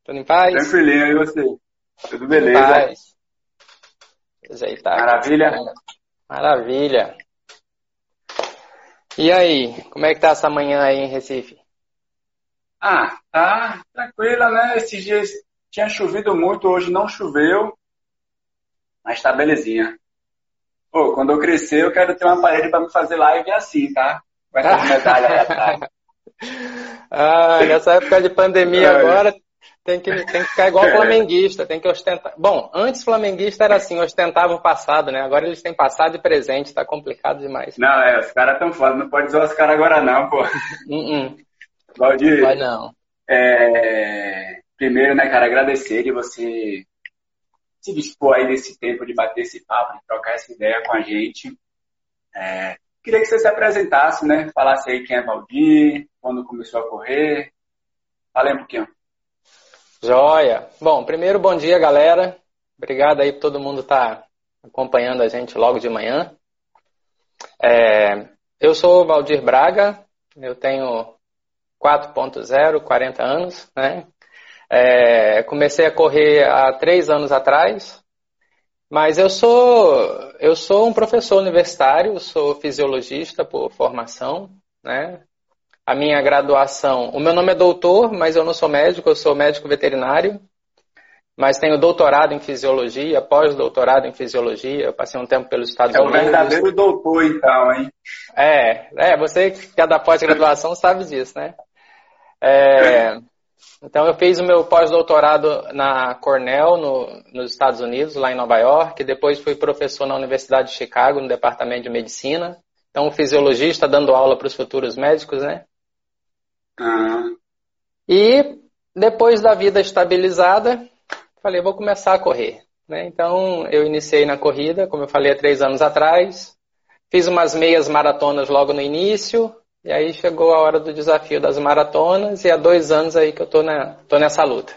Tudo em paz? Tranquilinho, e você? Tudo Tudo em beleza? paz. Ajeitar aqui. Maravilha? Maravilha. E aí, como é que tá essa manhã aí em Recife? Ah, tá tranquila, né? Esses dias tinha chovido muito, hoje não choveu, mas tá belezinha. Pô, quando eu crescer, eu quero ter uma parede pra me fazer live assim, tá? Com essas medalhas aí atrás. Nessa época de pandemia Ai, agora, tem que ficar igual flamenguista, tem que ostentar. Bom, antes flamenguista era assim, ostentava o passado, né? Agora eles têm passado e presente, tá complicado demais. não, os caras tão foda, não pode zoar os caras agora não, pô. Uh-uh. Vai Valdir, não. primeiro, né, cara, agradecer de você se dispor aí nesse tempo de bater esse papo, de trocar essa ideia com a gente. Queria que você se apresentasse, né? Falasse aí quem é Valdir, quando começou a correr. Fala aí um pouquinho. Joia. Bom, primeiro, bom dia, galera. Obrigado aí por todo mundo estar acompanhando a gente logo de manhã. Eu sou o Valdir Braga, eu tenho 4.0, 40 anos, né? Comecei a correr há 3 anos atrás, mas eu sou um professor universitário, sou fisiologista por formação, né? A minha graduação, o meu nome é doutor, mas eu não sou médico, eu sou médico veterinário, mas tenho doutorado em fisiologia, pós-doutorado em fisiologia, eu passei um tempo pelos Estados É o Unidos. verdadeiro doutor, então, hein? Você que é da pós-graduação sabe disso, né? Então eu fiz o meu pós-doutorado na Cornell, nos Estados Unidos, lá em Nova York, depois fui professor na Universidade de Chicago, no departamento de medicina. Então, um fisiologista dando aula para os futuros médicos, né? Ah, E depois da vida estabilizada, falei, vou começar a correr, né? Então, eu iniciei na corrida, como eu falei, há 3 anos atrás. Fiz umas meias maratonas logo no início, e aí chegou a hora do desafio das maratonas, e há 2 anos aí que eu tô nessa luta.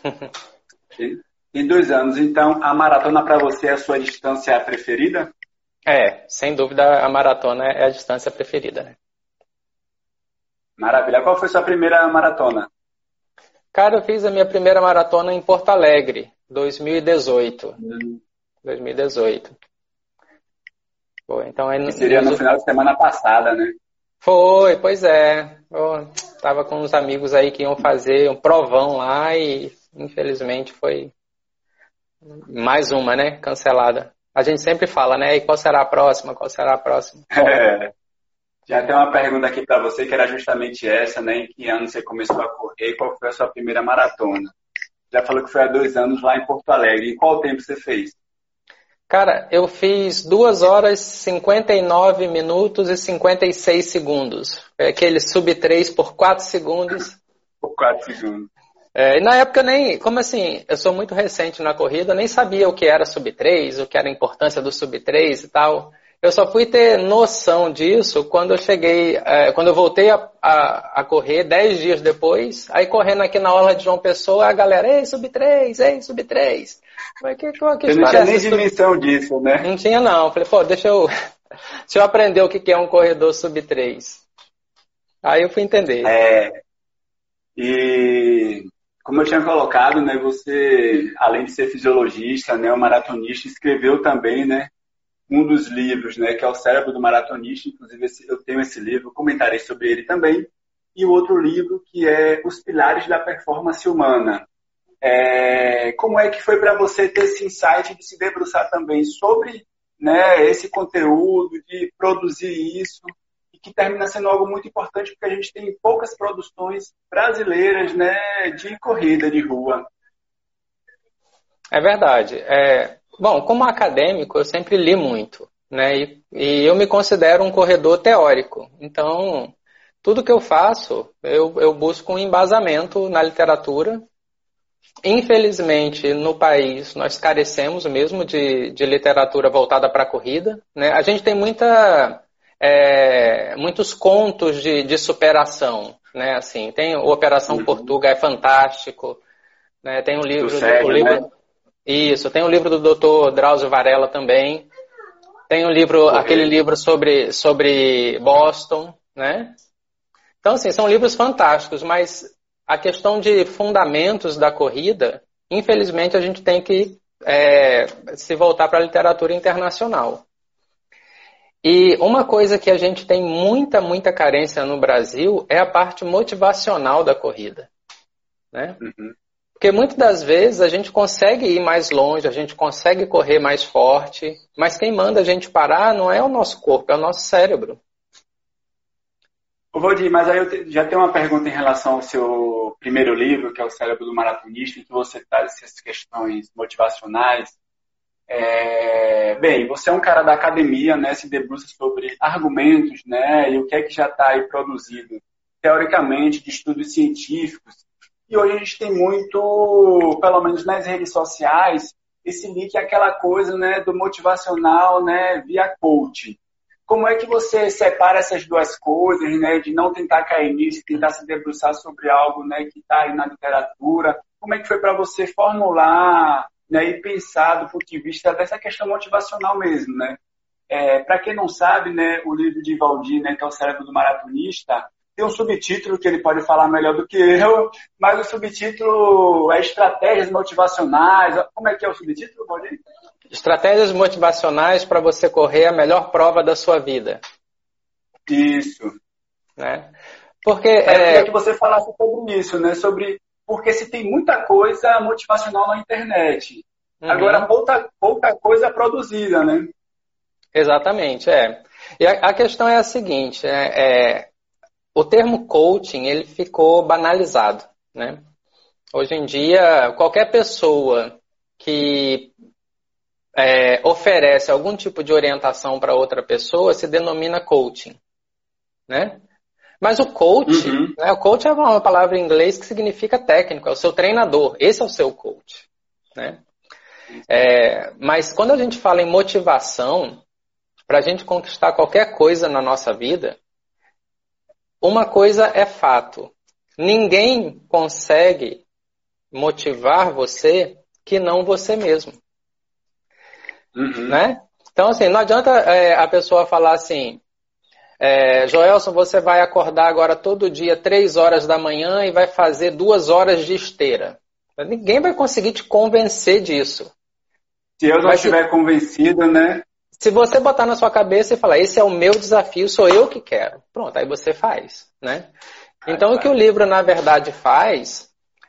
em 2 anos. Então, a maratona para você é a sua distância preferida? Sem dúvida a maratona é a distância preferida, né? Maravilha. Qual foi sua primeira maratona? Cara, eu fiz a minha primeira maratona em Porto Alegre, 2018. 2018. Pô, então aí Que seria no final de semana passada, né? Foi, pois é. Eu tava com uns amigos aí que iam fazer um provão lá e infelizmente foi mais uma, né? Cancelada. A gente sempre fala, né? E qual será a próxima? Qual será a próxima? Já tem uma pergunta aqui para você que era justamente essa, né? Em que ano você começou a correr e qual foi a sua primeira maratona? Já falou que foi há 2 anos lá em Porto Alegre. E qual tempo você fez? Cara, eu fiz 2 horas, 59 minutos e 56 segundos. Foi aquele sub 3 por 4 segundos. Por 4 segundos. E na época eu nem, como assim, eu sou muito recente na corrida, eu nem sabia o que era sub 3, o que era a importância do sub 3 e tal. Eu só fui ter noção disso quando eu cheguei, quando eu voltei a correr 10 dias depois, aí correndo aqui na orla de João Pessoa, a galera, ei, sub 3, ei, sub 3. Falei, que Você não tinha nem dimensão disso, né? Não tinha não. Falei, pô, deixa eu aprender o que é um corredor sub 3. Aí eu fui entender. E como eu tinha colocado, né, você, além de ser fisiologista, né, um maratonista, escreveu também, né, um dos livros, né, que é o Cérebro do Maratonista. Inclusive, eu tenho esse livro, comentarei sobre ele também. E o outro livro, que é Os Pilares da Performance Humana. Como é que foi para você ter esse insight de se debruçar também sobre, né, esse conteúdo, de produzir isso, e que termina sendo algo muito importante, porque a gente tem poucas produções brasileiras, né, de corrida de rua. É verdade. Bom, como acadêmico, eu sempre li muito, né? E eu me considero um corredor teórico. Então, tudo que eu faço, eu busco um embasamento na literatura. Infelizmente, no país, nós carecemos mesmo de literatura voltada para a corrida, né? A gente tem muitos contos de superação, né? Assim, tem o Operação Portuga, é fantástico, né? Tem um livro, Né? Isso, tem um livro do Dr. Drauzio Varela também. Tem um livro, aquele livro sobre Boston, né? Então, assim, são livros fantásticos, mas a questão de fundamentos da corrida, infelizmente a gente tem que se voltar para a literatura internacional. E uma coisa que a gente tem muita carência no Brasil é a parte motivacional da corrida, né? Uhum. Porque muitas das vezes a gente consegue ir mais longe, a gente consegue correr mais forte, mas quem manda a gente parar não é o nosso corpo, é o nosso cérebro. Ô, Valdir, mas aí eu já tenho uma pergunta em relação ao seu primeiro livro, que é O Cérebro do Maratonista, em que você traz essas questões motivacionais. Bem, você é um cara da academia, né, se debruça sobre argumentos, né, e o que é que já está aí produzido, teoricamente, de estudos científicos. E hoje a gente tem muito, pelo menos nas redes sociais, esse link é aquela coisa, né, do motivacional, né, via coaching. Como é que você separa essas duas coisas, né, de não tentar cair nisso, tentar se debruçar sobre algo, né, que está aí na literatura? Como é que foi para você formular, né, e pensar do ponto de vista dessa questão motivacional mesmo, né? Para quem não sabe, né, o livro de Valdir, né, que é O Cérebro do Maratonista, tem um subtítulo que ele pode falar melhor do que eu, mas o subtítulo é Estratégias Motivacionais. Como é que é o subtítulo, Valdir? Estratégias motivacionais para você correr a melhor prova da sua vida. Isso. Né? Porque eu queria que você falasse sobre isso, né? Porque se tem muita coisa motivacional na internet. Uhum. Agora, pouca coisa produzida, né? Exatamente, E a questão é a seguinte, o termo coaching, ele ficou banalizado, né? Hoje em dia, qualquer pessoa que oferece algum tipo de orientação para outra pessoa se denomina coaching, né? Mas o coach, uhum. né, o coach é uma palavra em inglês que significa técnico, é o seu treinador, esse é o seu coach, né? Mas quando a gente fala em motivação, para a gente conquistar qualquer coisa na nossa vida, uma coisa é fato, ninguém consegue motivar você que não você mesmo. Uhum. Né? Então, assim, não adianta a pessoa falar assim, Joelson, você vai acordar agora todo dia 3 horas da manhã e vai fazer 2 horas de esteira. Ninguém vai conseguir te convencer disso. Se eu não estiver convencido, né? Se você botar na sua cabeça e falar, esse é o meu desafio, sou eu que quero. Pronto, aí você faz, né? Então, o que o livro, na verdade, faz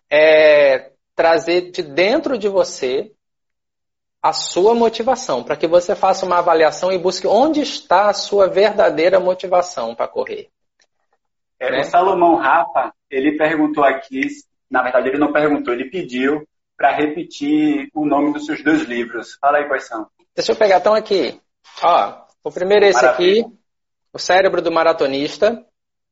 é trazer de dentro de você a sua motivação, para que você faça uma avaliação e busque onde está a sua verdadeira motivação para correr. Né? O Salomão Rafa, ele perguntou aqui, na verdade ele não perguntou, ele pediu para repetir o nome dos seus 2 livros. Fala aí quais são. Deixa eu pegar, então aqui. Ó, o primeiro é esse aqui, O Cérebro do Maratonista,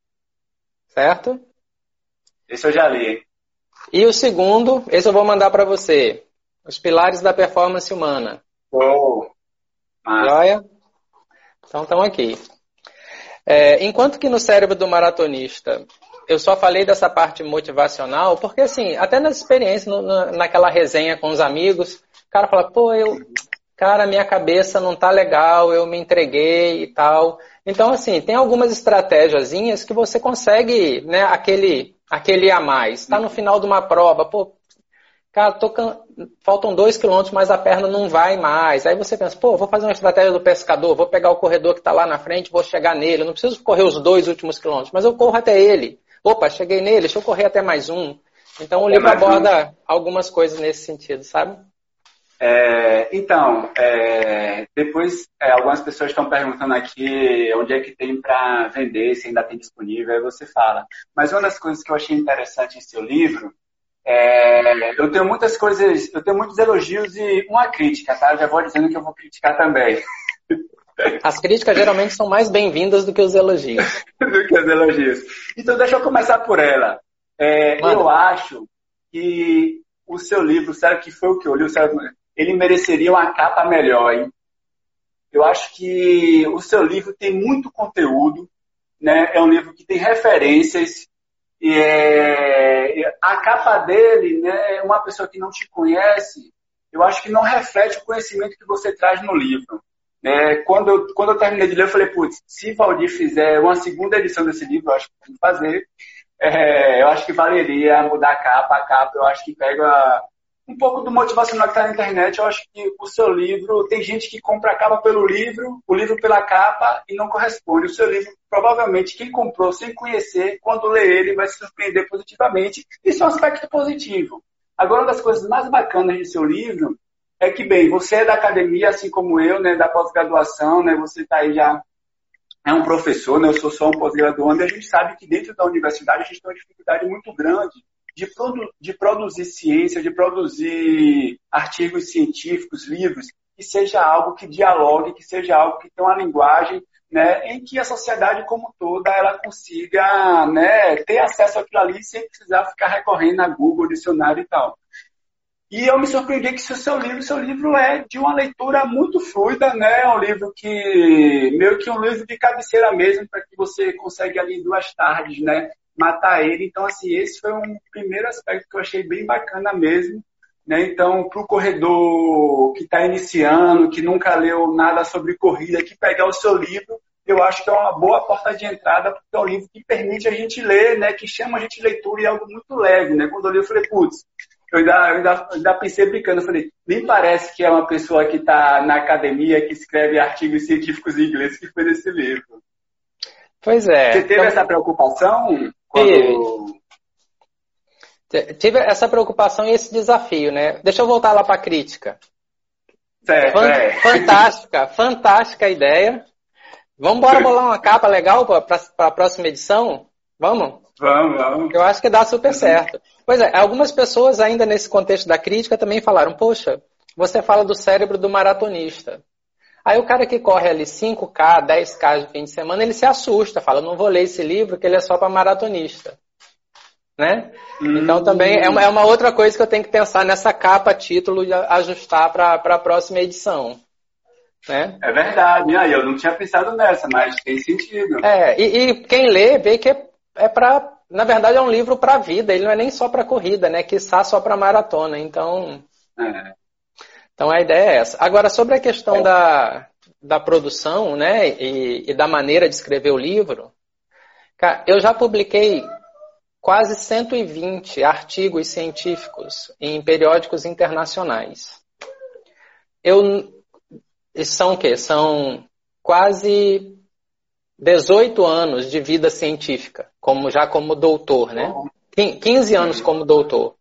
certo? Esse eu já li. E o segundo, esse eu vou mandar para você. Os Pilares da Performance Humana. Joia? Então estão aqui. Enquanto que no Cérebro do Maratonista eu só falei dessa parte motivacional, porque assim, até nas experiências, naquela resenha com os amigos, o cara fala, cara, minha cabeça não tá legal, eu me entreguei e tal. Então assim, tem algumas estratégiazinhas que você consegue, né, aquele a mais. Tá no final de uma prova, cara, faltam 2 quilômetros, mas a perna não vai mais. Aí você pensa, vou fazer uma estratégia do pescador, vou pegar o corredor que está lá na frente, vou chegar nele. Eu não preciso correr os 2 últimos quilômetros, mas eu corro até ele. Opa, cheguei nele, deixa eu correr até mais um. Então o livro aborda algumas coisas nesse sentido, sabe? Depois algumas pessoas estão perguntando aqui onde é que tem para vender, se ainda tem disponível, aí você fala. Mas uma das coisas que eu achei interessante em seu livro, eu tenho muitas coisas, eu tenho muitos elogios e uma crítica, tá? Eu já vou dizendo que eu vou criticar também. As críticas geralmente são mais bem-vindas do que os elogios. Do que os elogios. Então deixa eu começar por ela. Eu acho que o seu livro, sério que foi o que eu li, ele mereceria uma capa melhor, hein? Eu acho que o seu livro tem muito conteúdo, né? É um livro que tem referências. E a capa dele, né, uma pessoa que não te conhece, eu acho que não reflete o conhecimento que você traz no livro. Quando eu terminei de ler, eu falei, se Valdir fizer uma segunda edição desse livro, eu acho que tem que fazer, eu acho que valeria mudar a capa. A capa eu acho que pega um pouco do motivacional que está na internet. Eu acho que o seu livro, tem gente que compra a capa pelo livro, o livro pela capa e não corresponde. O seu livro, provavelmente, quem comprou sem conhecer, quando lê ele, vai se surpreender positivamente. Isso é um aspecto positivo. Agora, uma das coisas mais bacanas de seu livro é que, bem, você é da academia, assim como eu, né, da pós-graduação, né, você está aí já, é um professor, né, eu sou só um pós-graduando, e a gente sabe que dentro da universidade a gente tem uma dificuldade muito grande de produzir ciência, de produzir artigos científicos, livros, que seja algo que dialogue, que seja algo que tenha uma linguagem, né, em que a sociedade como toda ela consiga, né, ter acesso àquilo ali sem precisar ficar recorrendo a Google, dicionário e tal. E eu me surpreendi que seu livro é de uma leitura muito fluida, né? É um livro que, meio que um livro de cabeceira mesmo, para que você consiga ali em 2 tardes, né, matar ele. Então, assim, esse foi um primeiro aspecto que eu achei bem bacana mesmo, né? Então, para o corredor que está iniciando, que nunca leu nada sobre corrida, que pegar o seu livro, eu acho que é uma boa porta de entrada, porque é um livro que permite a gente ler, né? Que chama a gente de leitura e é algo muito leve, né? Quando eu li, eu falei, putz, eu ainda pensei brincando, eu falei, nem parece que é uma pessoa que está na academia, que escreve artigos científicos em inglês, que fez esse livro. Pois é. Você teve essa preocupação? Tive essa preocupação e esse desafio, né? Deixa eu voltar lá para a crítica. Certo, fantástica ideia. Vamos embora bolar uma capa legal para a próxima edição? Vamos? Vamos. Eu acho que dá super certo. Pois é, algumas pessoas ainda nesse contexto da crítica também falaram, poxa, você fala do cérebro do maratonista. Aí o cara que corre ali 5K, 10K de fim de semana, ele se assusta, fala, não vou ler esse livro que ele é só para maratonista. Né? Então também é uma outra coisa que eu tenho que pensar nessa capa, título, e ajustar para a próxima edição. Né? É verdade, eu não tinha pensado nessa, mas tem sentido. E quem lê vê que é para, na verdade é um livro para a vida, ele não é nem só para corrida, né? Quiçá só para maratona, então a ideia é essa. Agora, sobre a questão da produção, né, e da maneira de escrever o livro, cara, eu já publiquei quase 120 artigos científicos em periódicos internacionais. São o quê? São quase 18 anos de vida científica, como doutor, né? 15 anos como doutor.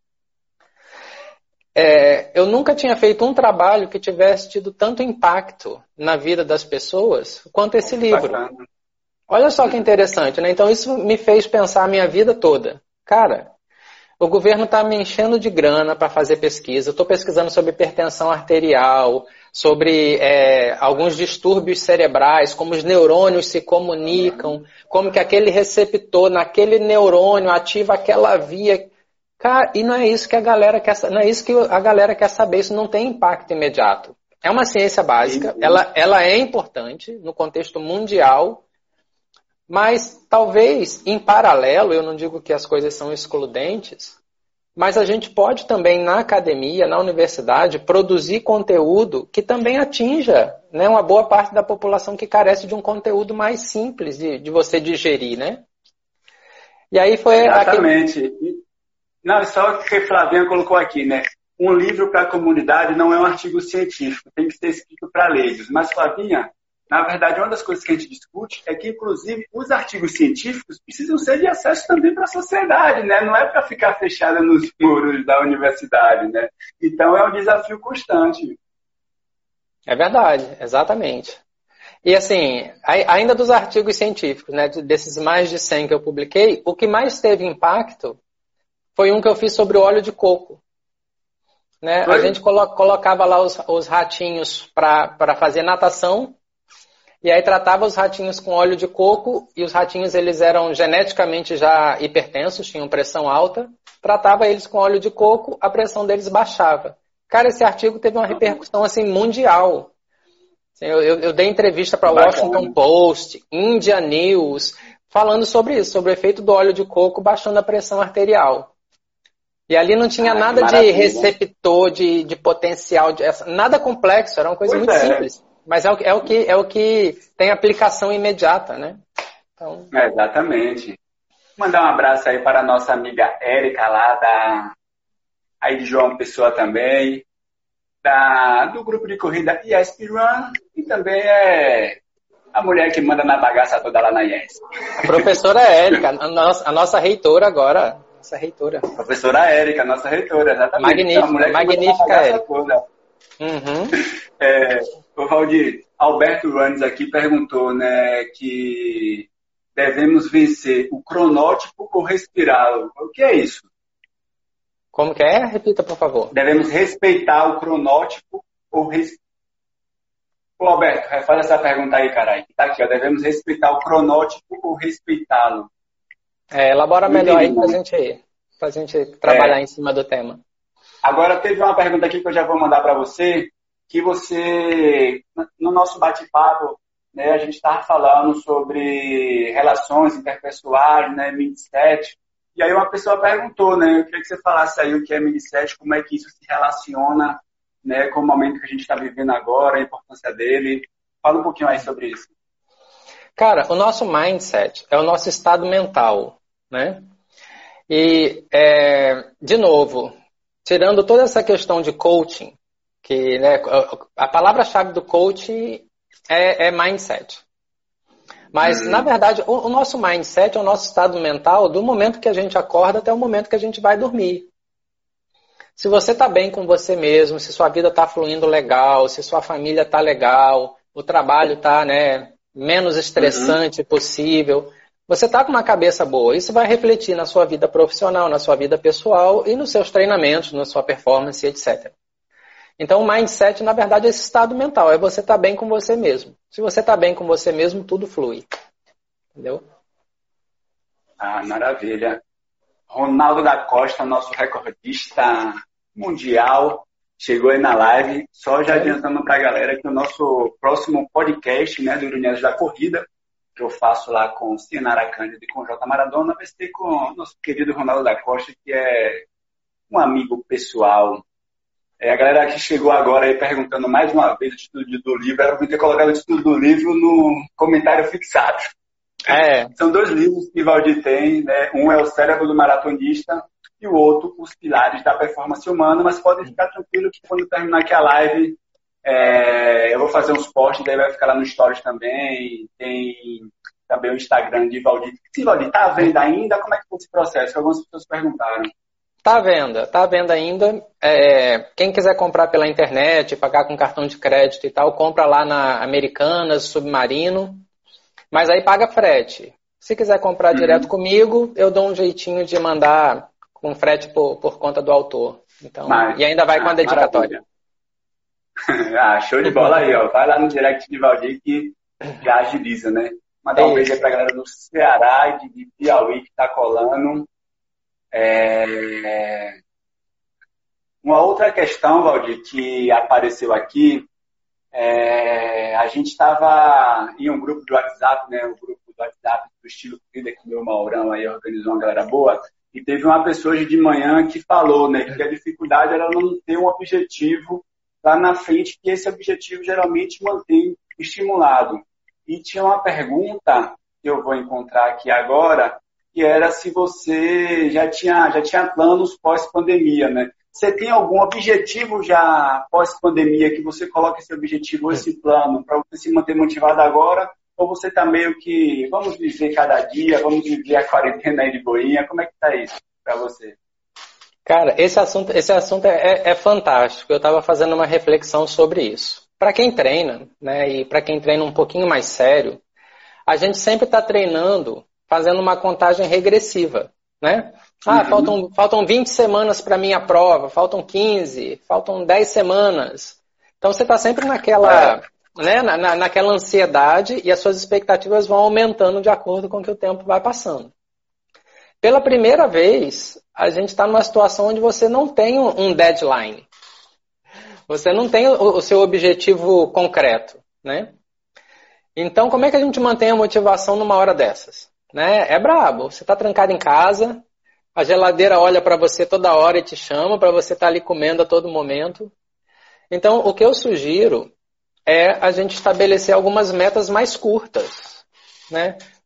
Eu nunca tinha feito um trabalho que tivesse tido tanto impacto na vida das pessoas quanto esse livro. Bacana. Olha só que interessante, né? Então isso me fez pensar a minha vida toda. Cara, o governo está me enchendo de grana para fazer pesquisa. Eu estou pesquisando sobre hipertensão arterial, sobre alguns distúrbios cerebrais, como os neurônios se comunicam, como que aquele receptor naquele neurônio ativa aquela via. Cara, e não é isso que a galera quer, não é isso que a galera quer saber. Isso não tem impacto imediato. É uma ciência básica, ela é importante no contexto mundial. Mas talvez, em paralelo, eu não digo que as coisas são excludentes, mas a gente pode também, na academia, na universidade, produzir conteúdo que também atinja, né, uma boa parte da população que carece de um conteúdo mais simples de você digerir, né? E aí foi... Exatamente. Não, só que a Flavinha colocou aqui, né? Um livro para a comunidade não é um artigo científico, tem que ser escrito para leigos. Mas, Flavinha... Na verdade, uma das coisas que a gente discute é que, inclusive, os artigos científicos precisam ser de acesso também para a sociedade, né? Não é para ficar fechada nos muros da universidade, né? Então, é um desafio constante. É verdade, exatamente. E, assim, ainda dos artigos científicos, né? Desses mais de 100 que eu publiquei, o que mais teve impacto foi um que eu fiz sobre o óleo de coco. Né? A gente colocava lá os ratinhos para fazer natação. E aí tratava os ratinhos com óleo de coco, e os ratinhos eles eram geneticamente já hipertensos, tinham pressão alta. Tratava eles com óleo de coco, a pressão deles baixava. Cara, esse artigo teve uma repercussão assim, mundial. Eu dei entrevista para Washington Post, India News, falando sobre isso, sobre o efeito do óleo de coco baixando a pressão arterial. E ali não tinha nada de receptor, de potencial, nada complexo, era uma coisa muito simples. Mas é o que tem aplicação imediata, né? Então... Exatamente. Mandar um abraço aí para a nossa amiga Érica lá aí de João Pessoa também, do grupo de corrida ESP Run, e também é a mulher que manda na bagaça toda lá na ESP. A professora Érica, a nossa reitora agora. Nossa reitora. Professora Érica, nossa reitora, exatamente. Magnífica, a mulher que magnífica manda na bagaça Érica. toda. O Valdir, Alberto Runes aqui perguntou, né, que devemos vencer o cronótipo ou respirá-lo. O que é isso? Como que é? Repita, por favor. Devemos respeitar o cronótipo ou respirá-lo? Ô, Alberto, refaz essa pergunta aí, caralho. Tá aqui, ó. Devemos respeitar o cronótipo ou respeitá-lo? Elabora melhor aí pra gente trabalhar em cima do tema. Agora, teve uma pergunta aqui que eu já vou mandar para você, que você, no nosso bate-papo, né, a gente estava falando sobre relações interpessoais, né, mindset, e aí uma pessoa perguntou, né, eu queria que você falasse aí o que é mindset, como é que isso se relaciona, né, com o momento que a gente está vivendo agora, a importância dele. Fala um pouquinho aí sobre isso. Cara, o nosso mindset é o nosso estado mental, né? E, de novo, tirando toda essa questão de coaching, que, né, a palavra-chave do coaching é mindset. Mas, na verdade, o nosso mindset é o nosso estado mental do momento que a gente acorda até o momento que a gente vai dormir. Se você está bem com você mesmo, se sua vida está fluindo legal, se sua família está legal, o trabalho está, né, menos estressante possível, você está com uma cabeça boa. Isso vai refletir na sua vida profissional, na sua vida pessoal e nos seus treinamentos, na sua performance, etc. Então, o mindset, na verdade, é esse estado mental. É você estar bem com você mesmo. Se você está bem com você mesmo, tudo flui. Entendeu? Ah, maravilha. Ronaldo da Costa, nosso recordista mundial, chegou aí na live. Só já adiantando para a galera que o nosso próximo podcast, né, do Uniões da Corrida, que eu faço lá com Sinara Cândido e com J. Maradona, vai ser com o nosso querido Ronaldo da Costa, que é um amigo pessoal. A galera que chegou agora aí perguntando mais uma vez o título do livro, era para ter colocado o título do livro no comentário fixado. São 2 livros que Valdir tem, né? Um é O Cérebro do Maratonista e o outro, Os Pilares da Performance Humana, mas podem ficar tranquilo que quando terminar aqui a live, eu vou fazer uns posts, daí vai ficar lá no Stories também, tem também o Instagram de Valdir. Sim, Valdir, tá à venda ainda? Como é que foi esse processo? Que algumas pessoas perguntaram. Tá à venda ainda. Quem quiser comprar pela internet, pagar com cartão de crédito e tal, compra lá na Americanas, Submarino, mas aí paga frete. Se quiser comprar direto comigo, eu dou um jeitinho de mandar com frete por conta do autor. Então, e ainda vai com a dedicatória. Show de bola aí, ó. Vai lá no direct de Valdir que já agiliza, né? Mandar um beijo aí pra galera do Ceará e de Piauí que tá colando. Uma outra questão, Valdir, que apareceu aqui, a gente estava em um grupo do WhatsApp, né, o grupo do WhatsApp do Estilo Corrida, que o meu Maurão aí organizou uma galera boa, e teve uma pessoa hoje de manhã que falou, né, que a dificuldade era não ter um objetivo lá na frente, que esse objetivo geralmente mantém estimulado. E tinha uma pergunta que eu vou encontrar aqui agora, que era se você já tinha planos pós-pandemia, né? Você tem algum objetivo já pós-pandemia que você coloca esse objetivo ou esse plano para você se manter motivado agora? Ou você está meio que, vamos viver cada dia, vamos viver a quarentena aí de boinha? Como é que está isso para você? Cara, esse assunto é fantástico. Eu estava fazendo uma reflexão sobre isso. Para quem treina, né, e para quem treina um pouquinho mais sério, a gente sempre está treinando fazendo uma contagem regressiva, né? Faltam 20 semanas para a minha prova, faltam 15, faltam 10 semanas. Então você está sempre naquela ansiedade e as suas expectativas vão aumentando de acordo com que o tempo vai passando. Pela primeira vez, a gente está numa situação onde você não tem um deadline. Você não tem o seu objetivo concreto, né? Então, como é que a gente mantém a motivação numa hora dessas? Né? É brabo. Você está trancado em casa, a geladeira olha para você toda hora e te chama para você estar ali comendo a todo momento. Então, o que eu sugiro é a gente estabelecer algumas metas mais curtas, né?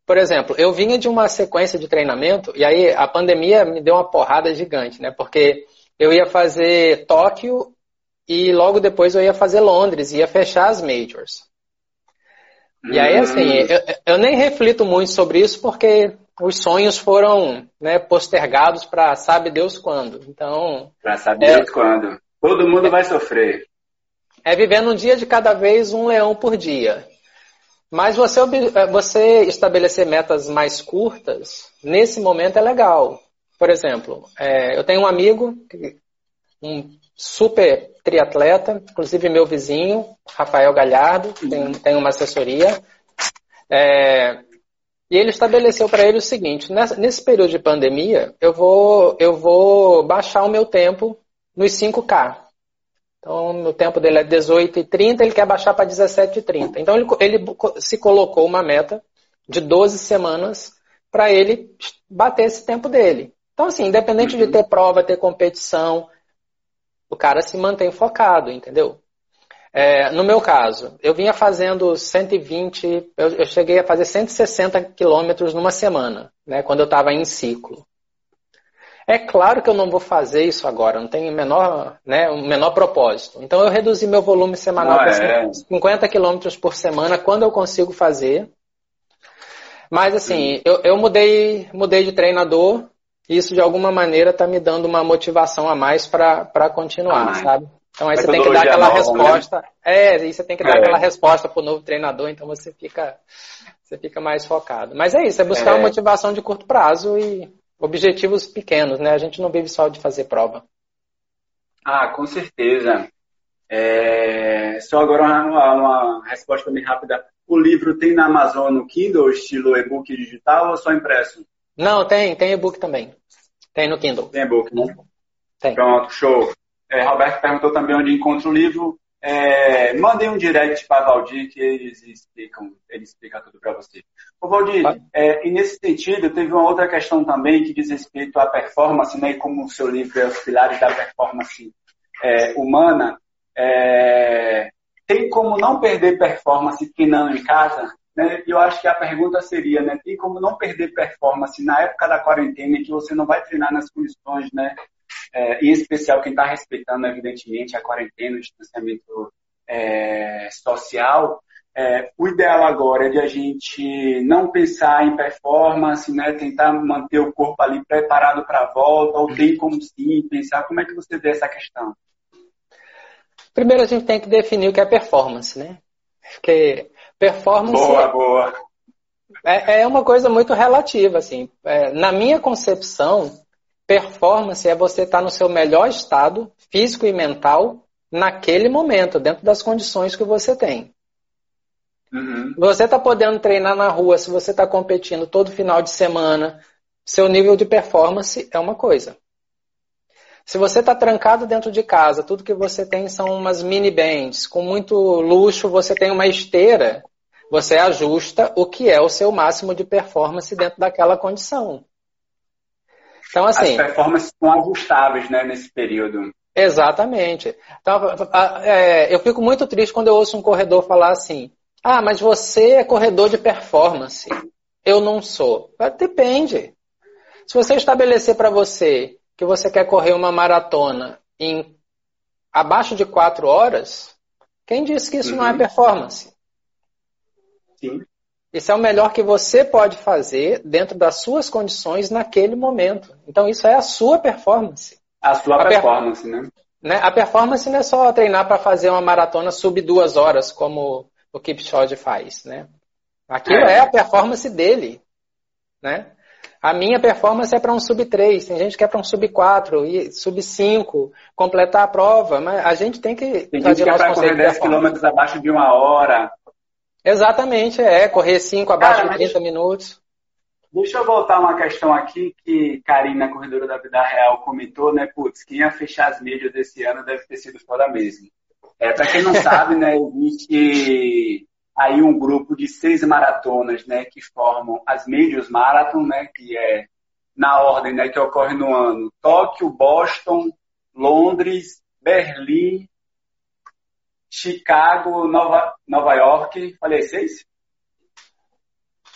por exemplo, eu vinha de uma sequência de treinamento, e aí a pandemia me deu uma porrada gigante, né? Porque eu ia fazer Tóquio e logo depois eu ia fazer Londres, ia fechar as majors. E aí, assim, eu nem reflito muito sobre isso porque os sonhos foram, né, postergados para sabe Deus quando. Então, para saber Deus quando. Todo mundo vai sofrer. É vivendo um dia de cada vez, um leão por dia. Mas você estabelecer metas mais curtas, nesse momento é legal. Por exemplo, eu tenho um amigo, um super triatleta, inclusive meu vizinho, Rafael Galhardo, tem uma assessoria. E ele estabeleceu para ele o seguinte: nesse período de pandemia, eu vou baixar o meu tempo nos 5K. Então, o tempo dele é 18h30, ele quer baixar para 17h30. Então, ele se colocou uma meta de 12 semanas para ele bater esse tempo dele. Então, assim, independente de ter prova, ter competição, o cara se mantém focado, entendeu? No meu caso, eu vinha fazendo 120, eu cheguei a fazer 160 quilômetros numa semana, né, quando eu estava em ciclo. É claro que eu não vou fazer isso agora, não tem o menor propósito. Então eu reduzi meu volume semanal para 50 quilômetros por semana, quando eu consigo fazer. Mas assim, eu mudei de treinador, e isso de alguma maneira está me dando uma motivação a mais para continuar, sabe? Então aí você tem que dar aquela resposta. Né? Aí você tem que dar aquela resposta para o novo treinador, então você fica mais focado. Mas é isso, é buscar uma motivação de curto prazo e objetivos pequenos, né? A gente não vive só de fazer prova. Com certeza. Só agora uma resposta bem rápida. O livro tem na Amazon no Kindle, estilo e-book digital ou só impresso? Não, tem e-book também. Tem no Kindle. Tem e-book, né? Tem. Pronto, show. Roberto perguntou também onde encontra o livro. Mandem um direct para Valdir que ele explica tudo para você. Ô Valdir, e nesse sentido, teve uma outra questão também que diz respeito à performance, né? E como o seu livro é Os Pilares da Performance Humana, tem como não perder performance treinando em casa? Né? Eu acho que a pergunta seria, né? Tem como não perder performance na época da quarentena em que você não vai treinar nas condições, né? Em especial quem está respeitando, evidentemente, a quarentena, o distanciamento social. O ideal agora é de a gente não pensar em performance, né? Tentar manter o corpo ali preparado para a volta, ou tem como sim pensar. Como é que você vê essa questão? Primeiro a gente tem que definir o que é performance, né? Porque performance boa. É uma coisa muito relativa, assim. Na minha concepção, performance é você estar no seu melhor estado físico e mental naquele momento, dentro das condições que você tem. Você está podendo treinar na rua, se você está competindo todo final de semana, seu nível de performance é uma coisa. Se você está trancado dentro de casa, tudo que você tem são umas mini bands, com muito luxo, você tem uma esteira, você ajusta o que é o seu máximo de performance dentro daquela condição. Então, assim, as performances são ajustáveis, né, nesse período. Exatamente. Então, eu fico muito triste quando eu ouço um corredor falar assim: mas você é corredor de performance. Eu não sou. Depende. Se você estabelecer para você que você quer correr uma maratona em abaixo de 4 horas, quem disse que isso não é performance? Sim. Isso é o melhor que você pode fazer dentro das suas condições naquele momento. Então, isso é a sua performance. A sua performance, né? A performance não é só treinar para fazer uma maratona sub 2 horas, como o Kipchoge faz, né? Aquilo é a performance dele, né? A minha performance é para um sub 3, tem gente que é para um sub 4 e sub 5, completar a prova, mas a gente tem que tem gente que é para correr 10 km abaixo de 1 hora. Exatamente, correr 5 abaixo de 30 minutos. Deixa eu voltar uma questão aqui que Karina, corredora da Vida Real, comentou, né? Putz, quem ia fechar as médias desse ano deve ter sido foda mesmo. Para quem não sabe, né, existe aí um grupo de 6 maratonas, né, que formam as Majors Marathon, né, que é na ordem, né, que ocorre no ano Tóquio, Boston, Londres, Berlim, Chicago, Nova York. Falei 6?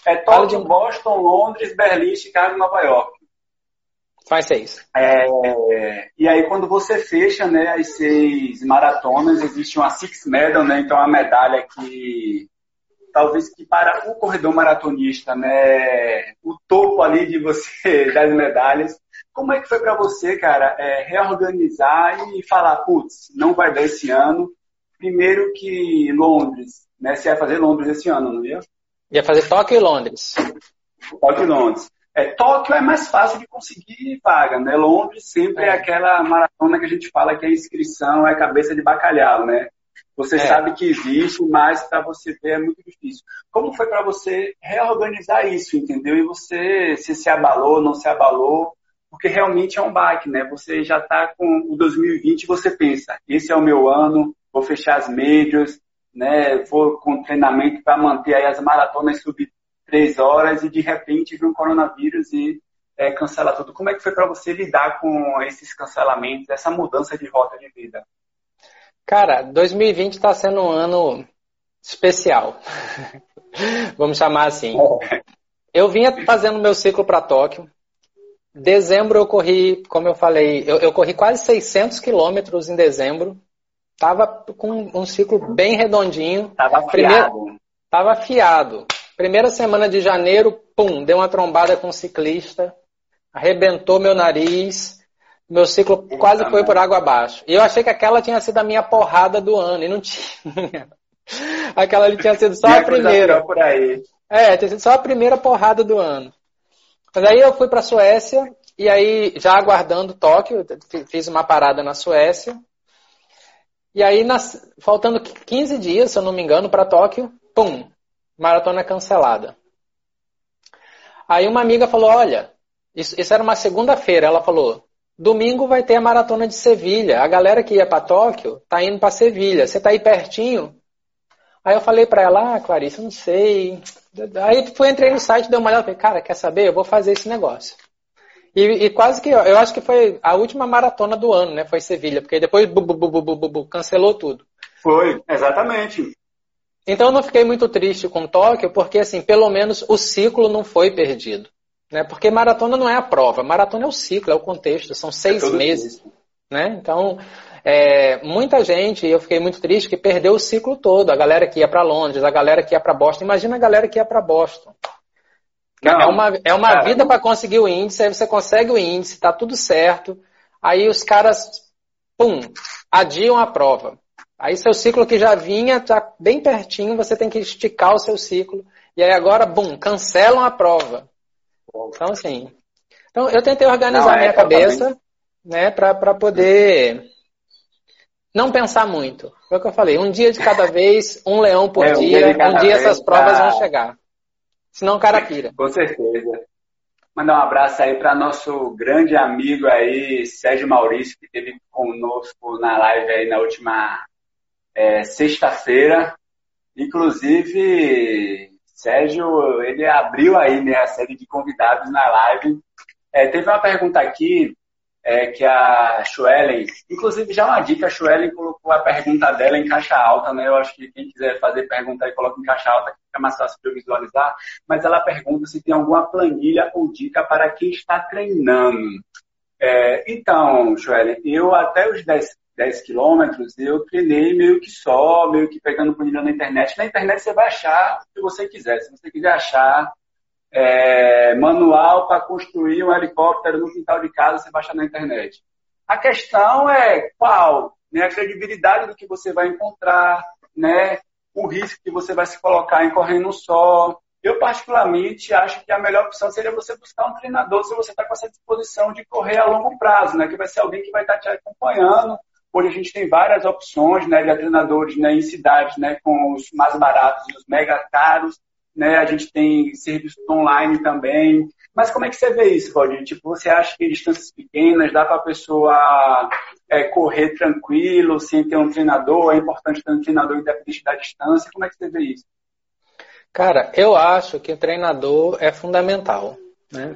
É Tóquio, Boston, Londres, Berlim, Chicago, Nova York. Faz 6. E aí quando você fecha, né, as 6 maratonas, existe uma Six Medal, né, então a medalha que talvez que para o corredor maratonista, né, o topo ali de você das medalhas. Como é que foi para você, cara, reorganizar e falar, putz, não vai dar esse ano? Primeiro que Londres, né, você ia fazer Londres esse ano, não ia? Ia fazer Tóquio e Londres. Tóquio e Londres. Tóquio é mais fácil de conseguir vaga, né? Londres sempre é aquela maratona que a gente fala que a inscrição é cabeça de bacalhau, né? Você sabe que existe, mas para você ver é muito difícil. Como foi para você reorganizar isso, entendeu? E você se abalou, não se abalou? Porque realmente é um baque, né? Você já está com o 2020 e você pensa, esse é o meu ano, vou fechar as majors, né? Vou com treinamento para manter aí as maratonas sub 3 horas e de repente vem um coronavírus e cancela tudo. Como é que foi para você lidar com esses cancelamentos, essa mudança de rota de vida? Cara, 2020 está sendo um ano especial. Vamos chamar assim. Eu vinha fazendo meu ciclo para Tóquio. Dezembro eu corri, como eu falei, eu corri quase 600 quilômetros em dezembro. Tava com um ciclo bem redondinho. Tava afiado. Tava afiado. Primeira semana de janeiro, pum, deu uma trombada com um ciclista, arrebentou meu nariz, meu ciclo quase foi por água abaixo. E eu achei que aquela tinha sido a minha porrada do ano, e não tinha. Aquela ali tinha sido só a primeira. Por aí. Tinha sido só a primeira porrada do ano. Mas aí eu fui para a Suécia, e aí já aguardando Tóquio, fiz uma parada na Suécia. E aí, faltando 15 dias, se eu não me engano, para Tóquio, pum, maratona cancelada. Aí uma amiga falou, olha, isso era uma segunda-feira, ela falou, domingo vai ter a maratona de Sevilha, a galera que ia para Tóquio tá indo para Sevilha, você tá aí pertinho? Aí eu falei para ela, Clarice, eu não sei. Aí entrei no site, dei uma olhada, falei, cara, quer saber? Eu vou fazer esse negócio. E quase que, eu acho que foi a última maratona do ano, né? Foi Sevilha, porque depois cancelou tudo. Foi, exatamente. Então eu não fiquei muito triste com Tóquio, porque assim, pelo menos o ciclo não foi perdido. Né? Porque maratona não é a prova, maratona é o ciclo, é o contexto, são 6 meses. Né? Então, muita gente, eu fiquei muito triste, que perdeu o ciclo todo. A galera que ia para Londres, a galera que ia para Boston. Imagina a galera que ia para Boston. Não, é uma vida para conseguir o índice, aí você consegue o índice, tá tudo certo. Aí os caras, pum, adiam a prova. Aí seu ciclo que já vinha, tá bem pertinho, você tem que esticar o seu ciclo. E aí agora, bum, cancelam a prova. Então, assim... Então, eu tentei organizar minha cabeça, né, para poder não pensar muito. Foi o que eu falei, um dia de cada vez, um leão por dia, um dia essas provas vão chegar. Senão o cara pira. Com certeza. Mandar um abraço aí para nosso grande amigo aí, Sérgio Maurício, que esteve conosco na live aí na última sexta-feira. Inclusive, Sérgio, ele abriu aí, né, a série de convidados na live. Teve uma pergunta aqui que a Suelen, inclusive já uma dica, a Suelen colocou a pergunta dela em caixa alta, né? Eu acho que quem quiser fazer pergunta aí, coloca em caixa alta, que fica mais fácil de eu visualizar. Mas ela pergunta se tem alguma planilha ou dica para quem está treinando. Então, Suelen, eu até os 10 quilômetros, eu treinei meio que pegando planilha na internet. Na internet você vai achar o que você quiser. Se você quiser achar manual para construir um helicóptero no quintal de casa, você baixa na internet. A questão é qual, né, a credibilidade do que você vai encontrar, né, o risco que você vai se colocar em correr no sol. Eu, particularmente, acho que a melhor opção seria você buscar um treinador se você está com essa disposição de correr a longo prazo, né, que vai ser alguém que vai estar te acompanhando. Hoje a gente tem várias opções, né, de treinadores, né, em cidades, né, com os mais baratos e os mega caros. Né, a gente tem serviço online também. Mas como é que você vê isso, Valdir? Tipo, você acha que em distâncias pequenas dá para a pessoa correr tranquilo, sem ter um treinador? É importante ter um treinador independente da distância? Como é que você vê isso? Cara, eu acho que o treinador é fundamental. Né?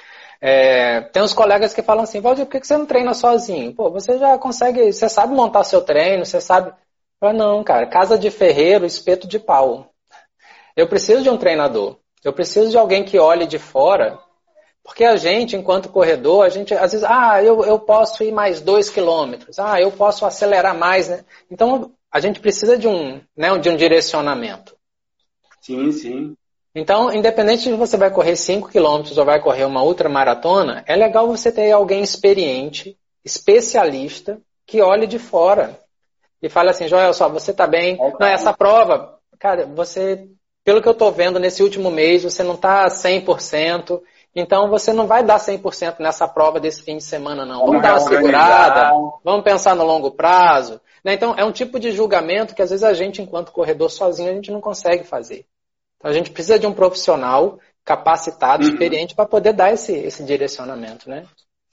Tem uns colegas que falam assim, Valdir, por que você não treina sozinho? Pô, você já consegue, você sabe montar seu treino, você sabe... Não, cara, casa de ferreiro, espeto de pau. Eu preciso de um treinador. Eu preciso de alguém que olhe de fora, porque a gente, enquanto corredor, a gente às vezes, eu posso ir mais 2 quilômetros, eu posso acelerar mais, né? Então, a gente precisa de um direcionamento. Sim, sim. Então, independente de você vai correr 5 quilômetros ou vai correr uma ultramaratona, é legal você ter alguém experiente, especialista, que olhe de fora e fale assim, Joel, só, você está bem? Não, essa prova, cara, você, pelo que eu estou vendo nesse último mês, você não está 100%, então você não vai dar 100% nessa prova desse fim de semana, não. Vamos dar uma segurada, vamos pensar no longo prazo. Então, é um tipo de julgamento que às vezes a gente, enquanto corredor sozinho, a gente não consegue fazer. Então, a gente precisa de um profissional capacitado, experiente, para poder dar esse direcionamento, né?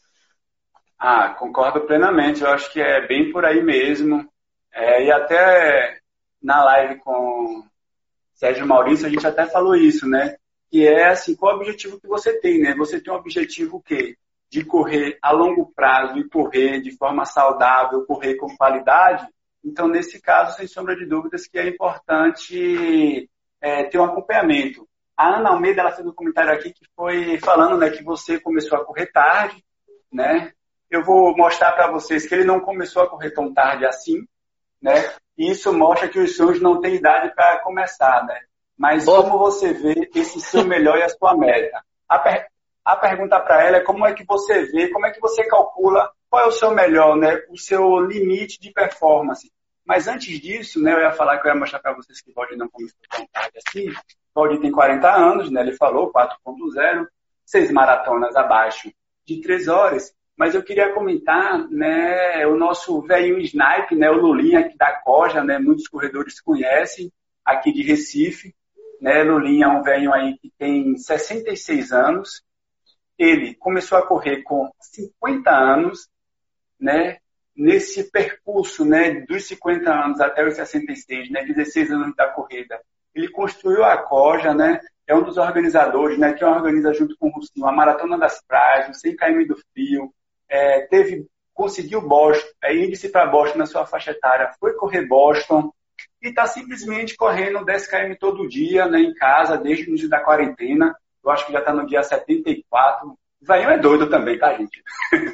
Concordo plenamente. Eu acho que é bem por aí mesmo. E até na live com Sérgio Maurício, a gente até falou isso, né? Que é assim, qual é o objetivo que você tem, né? Você tem um objetivo o quê? De correr a longo prazo e correr de forma saudável, correr com qualidade. Então, nesse caso, sem sombra de dúvidas, que é importante ter um acompanhamento. A Ana Almeida, ela fez um comentário aqui que foi falando, né, que você começou a correr tarde, né? Eu vou mostrar para vocês que ele não começou a correr tão tarde assim, né? E isso mostra que os sonhos não têm idade para começar, né? Mas como você vê esse seu melhor e a sua meta? A pergunta para ela é como é que você vê, como é que você calcula qual é o seu melhor, né? O seu limite de performance. Mas antes disso, né, eu ia falar que eu ia mostrar para vocês que o Valdir não começou tão tarde assim. O Valdir tem 40 anos, né? Ele falou 4.0, 6 maratonas abaixo de 3 horas. Mas eu queria comentar, né, o nosso velhinho snipe, né, o Lulinha aqui da Coja, né? Muitos corredores conhecem, aqui de Recife. Né, Lulinha é um velho aí que tem 66 anos. Ele começou a correr com 50 anos, né? Nesse percurso, né, dos 50 anos até os 66, né, 16 anos da corrida. Ele construiu a Coja, né? É um dos organizadores, né, que organiza junto com o Rucinho a Maratona das Praias, o 100 km do Frio. Conseguiu Boston, índice para Boston na sua faixa etária, foi correr Boston. E está simplesmente correndo 10 km todo dia, né, em casa, desde o início da quarentena. Eu acho que já está no dia 74. O velhinho é doido também, tá, gente?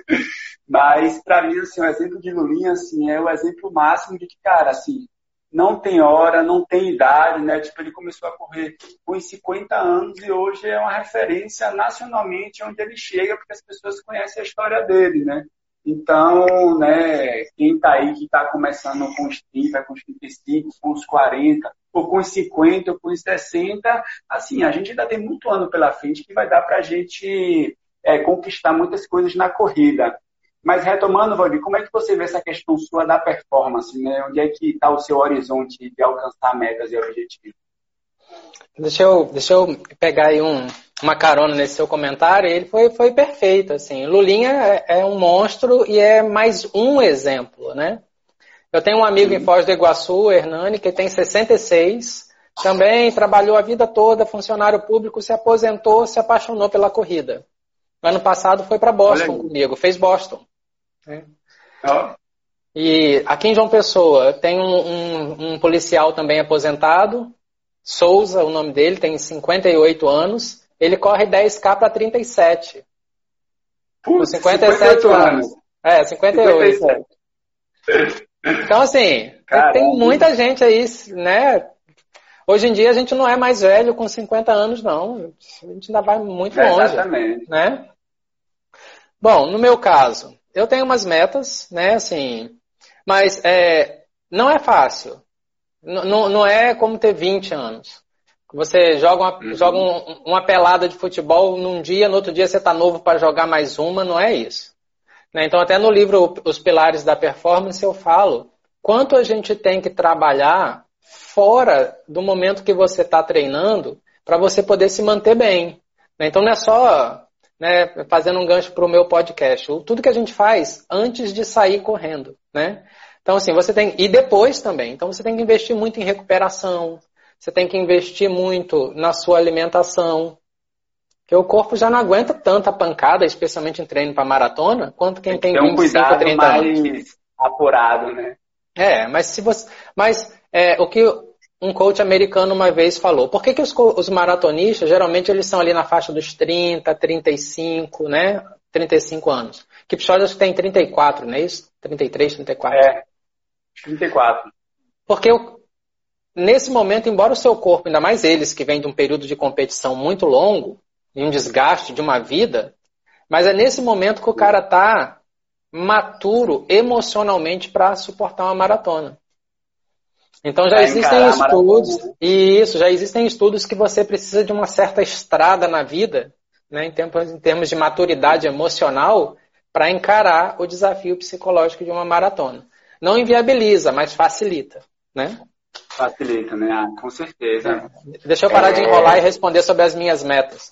Mas, para mim, assim, o exemplo de Lulinha, assim, é o exemplo máximo de que, cara, assim, não tem hora, não tem idade, né? Tipo, ele começou a correr com 50 anos e hoje é uma referência nacionalmente onde ele chega, porque as pessoas conhecem a história dele, né? Então, né, quem está aí que está começando com os 30, com os 35, com os 40, ou com os 50, ou com os 60, assim, a gente ainda tem muito ano pela frente que vai dar para a gente conquistar muitas coisas na corrida. Mas retomando, Valdir, como é que você vê essa questão sua da performance, né? Onde é que está o seu horizonte de alcançar metas e objetivos? Deixa eu pegar aí uma carona nesse seu comentário. Ele foi perfeito, assim. Lulinha é um monstro e é mais um exemplo, né? Eu tenho um amigo em Foz do Iguaçu, Hernani, que tem 66, também trabalhou a vida toda, funcionário público, se aposentou, se apaixonou pela corrida. Ano passado foi para Boston comigo, fez Boston. Né? E aqui em João Pessoa tem um policial também aposentado, Souza, o nome dele, tem 58 anos. Ele corre 10K para 37. Com 57 anos. 58. 57. Então, assim, tem muita gente aí, né? Hoje em dia a gente não é mais velho com 50 anos, não. A gente ainda vai muito longe. Exatamente. Né? Bom, no meu caso, eu tenho umas metas, né? Assim, mas não é fácil. Não é como ter 20 anos. Você joga uma pelada de futebol num dia, no outro dia você está novo para jogar mais uma, não é isso. Né? Então, até no livro Os Pilares da Performance, eu falo quanto a gente tem que trabalhar fora do momento que você está treinando para você poder se manter bem. Né? Então, não é só fazendo um gancho para o meu podcast. Tudo que a gente faz antes de sair correndo, né? Então, assim, e depois também. Então, você tem que investir muito em recuperação. Você tem que investir muito na sua alimentação. Porque o corpo já não aguenta tanta pancada, especialmente em treino para maratona, quanto quem tem 25, 30 anos. Mais apurado, né? Mas o que um coach americano uma vez falou, por que os maratonistas, geralmente eles são ali na faixa dos 30, 35, né? 35 anos. Kipchoge acho que tem 34, não é isso? 33, 34. É, 34. Porque nesse momento, embora o seu corpo, ainda mais eles que vêm de um período de competição muito longo, e um desgaste de uma vida, mas é nesse momento que o cara está maturo emocionalmente para suportar uma maratona. Então já existem estudos, já existem estudos que você precisa de uma certa estrada na vida, né, em termos de maturidade emocional, para encarar o desafio psicológico de uma maratona. Não inviabiliza, mas facilita, né? Facilita, né? Ah, com certeza. Deixa eu parar de enrolar e responder sobre as minhas metas.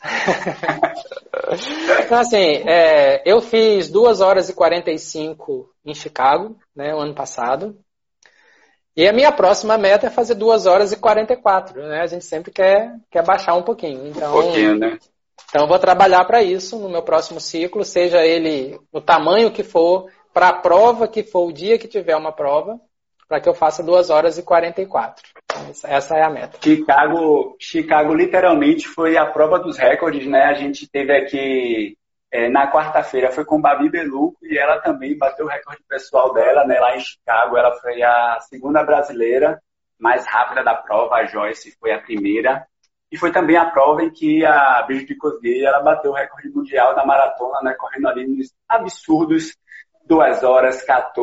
Então, assim, eu fiz 2 horas e 45 em Chicago, né, o ano passado. E a minha próxima meta é fazer 2 horas e 44, né? A gente sempre quer baixar um pouquinho. Então, né? Então eu vou trabalhar para isso no meu próximo ciclo, seja ele o tamanho que for, para a prova que for, o dia que tiver uma prova, para que eu faça 2 horas e 44. Essa é a meta. Chicago literalmente foi a prova dos recordes, né? A gente teve aqui na quarta-feira, foi com Babi Beluco e ela também bateu o recorde pessoal dela, né? Lá em Chicago, ela foi a segunda brasileira mais rápida da prova, a Joyce foi a primeira. E foi também a prova em que a Brigitte Kosgei, ela bateu o recorde mundial da maratona, né? Correndo ali nos absurdos 2 horas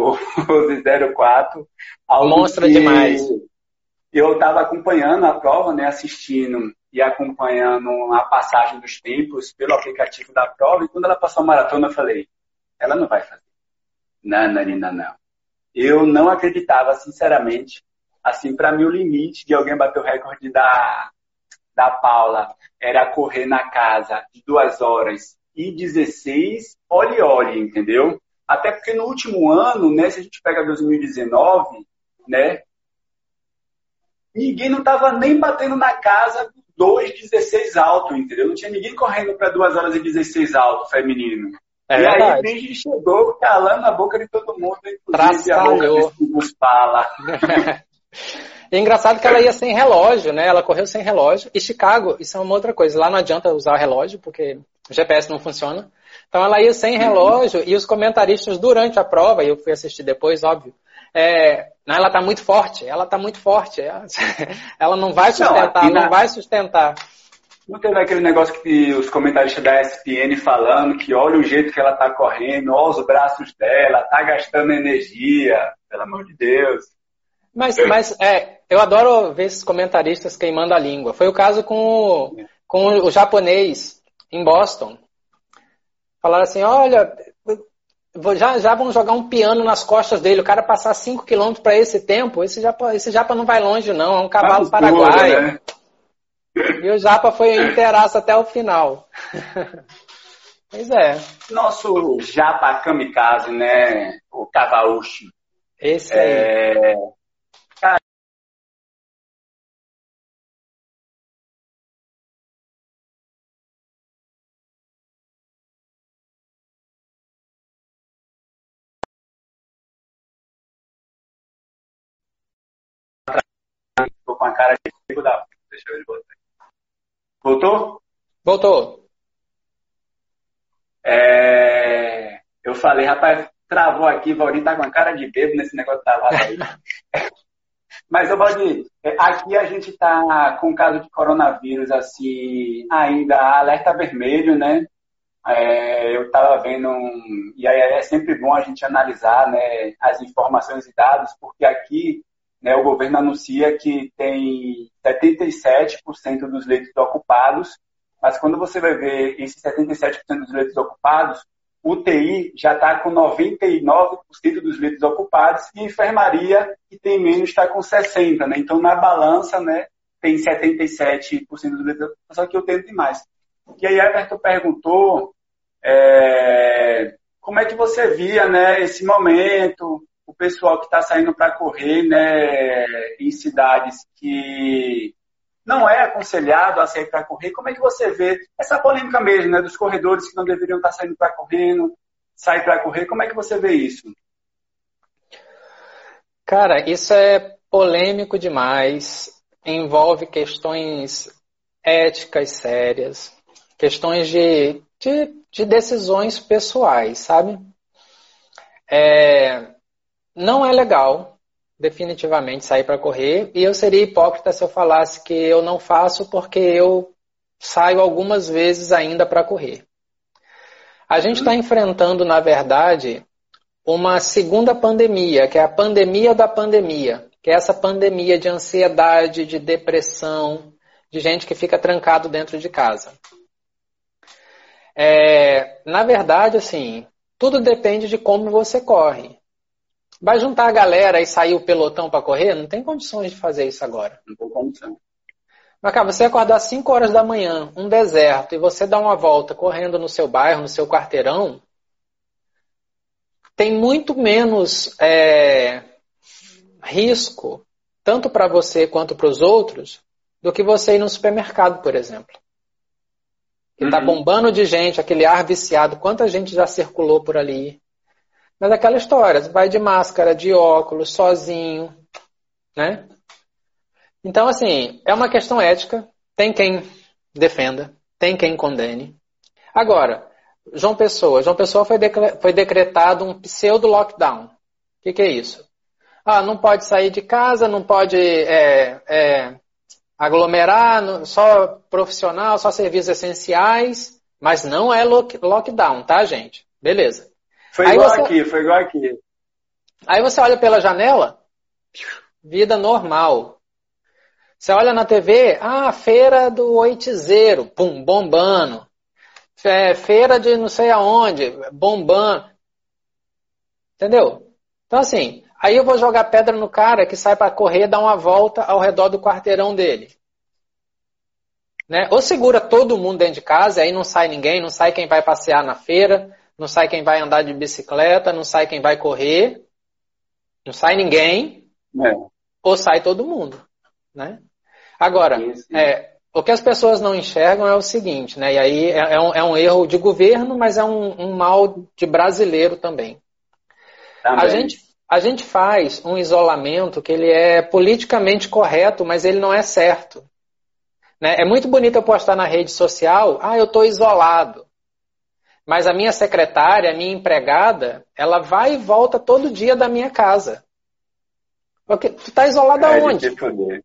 14:04. Mostra demais. Eu estava acompanhando a prova, né, assistindo e acompanhando a passagem dos tempos pelo aplicativo da prova, e quando ela passou a maratona, eu falei, ela não vai fazer. Não, Narina, não. Eu não acreditava, sinceramente, assim, para mim o limite de alguém bater o recorde da Paula era correr na casa de 2 horas e 16, olhe, entendeu? Até porque no último ano, né, se a gente pega 2019, né, ninguém não estava nem batendo na casa do 2,16 alto, entendeu? Não tinha ninguém correndo para 2 horas e 16 alto, feminino. É e verdade. Aí a Brigitte chegou calando a boca de todo mundo, inclusive a boca dos Pala. É engraçado que ela ia sem relógio, né? Ela correu sem relógio. E Chicago, isso é uma outra coisa. Lá não adianta usar o relógio, porque o GPS não funciona. Então ela ia sem relógio e os comentaristas durante a prova, e eu fui assistir depois, óbvio, ela está muito forte, ela não vai sustentar, não vai sustentar. Não teve aquele negócio que os comentaristas da ESPN falando que olha o jeito que ela está correndo, olha os braços dela, está gastando energia, pelo amor de Deus. Mas eu adoro ver esses comentaristas queimando a língua. Foi o caso com o japonês em Boston. Falaram assim, olha, já vão jogar um piano nas costas dele, o cara passar 5 km para esse tempo, esse japa não vai longe não, é um cavalo paraguaio. Né? E o japa foi inteiraço até o final. Pois é. Nosso japa kamikaze, né, o Cavaúcho. Esse aí. Tô com a cara de fico da... Deixa eu ver botar. Voltou? Voltou. Eu falei, rapaz, travou aqui, Valdir tá com a cara de bebo nesse negócio travado aí. Mas, Valdir, aqui a gente tá com o caso de coronavírus, assim, ainda alerta vermelho, né? Eu estava vendo, e aí é sempre bom a gente analisar, né, as informações e dados, porque aqui, né, o governo anuncia que tem 77% dos leitos ocupados, mas quando você vai ver esses 77% dos leitos ocupados, o UTI já está com 99% dos leitos ocupados e enfermaria, que tem menos, está com 60%. Né? Então, na balança, né, tem 77% dos leitos ocupados, só que eu tenho demais. E aí, Everton perguntou como é que você via, né, esse momento, o pessoal que está saindo para correr, né, em cidades que não é aconselhado a sair para correr. Como é que você vê essa polêmica mesmo, né, dos corredores que não deveriam estar saindo para sair para correr? Como é que você vê isso? Cara, isso é polêmico demais. envolve questões éticas sérias, questões de decisões pessoais, sabe? Não é legal, definitivamente, sair para correr, e eu seria hipócrita se eu falasse que eu não faço porque eu saio algumas vezes ainda para correr. A gente está enfrentando, na verdade, uma segunda pandemia, que é a pandemia da pandemia, que é essa pandemia de ansiedade, de depressão, de gente que fica trancado dentro de casa. Na verdade, assim, tudo depende de como você corre. Vai juntar a galera e sair o pelotão para correr? Não tem condições de fazer isso agora. Não tem condição. Mas, cara, você acordar às 5 horas da manhã, um deserto, e você dar uma volta correndo no seu bairro, no seu quarteirão, tem muito menos risco, tanto para você quanto para os outros, do que você ir no supermercado, por exemplo. Que está bombando de gente, aquele ar viciado, quanta gente já circulou por ali. Mas aquela história, você vai de máscara, de óculos, sozinho, né? Então, assim, é uma questão ética, tem quem defenda, tem quem condene. Agora, João Pessoa foi decretado um pseudo-lockdown. O que é isso? Não pode sair de casa, não pode aglomerar, só profissional, só serviços essenciais, mas não é lockdown, tá, gente? Beleza. Foi igual aqui. Aí você olha pela janela, vida normal. Você olha na TV, feira do oitizeiro, pum, bombando. Feira de não sei aonde, bombando. Entendeu? Então assim, aí eu vou jogar pedra no cara que sai para correr, dar uma volta ao redor do quarteirão dele. Né? Ou segura todo mundo dentro de casa, aí não sai ninguém, não sai quem vai passear na feira, não sai quem vai andar de bicicleta, não sai quem vai correr, não sai ninguém, ou sai todo mundo. Né? Agora, o que as pessoas não enxergam é o seguinte, né? E aí é um erro de governo, mas é um mal de brasileiro também. A gente faz um isolamento que ele é politicamente correto, mas ele não é certo. Né? É muito bonito eu postar na rede social, eu estou isolado. Mas a minha secretária, a minha empregada, ela vai e volta todo dia da minha casa. Porque tu está isolado aonde?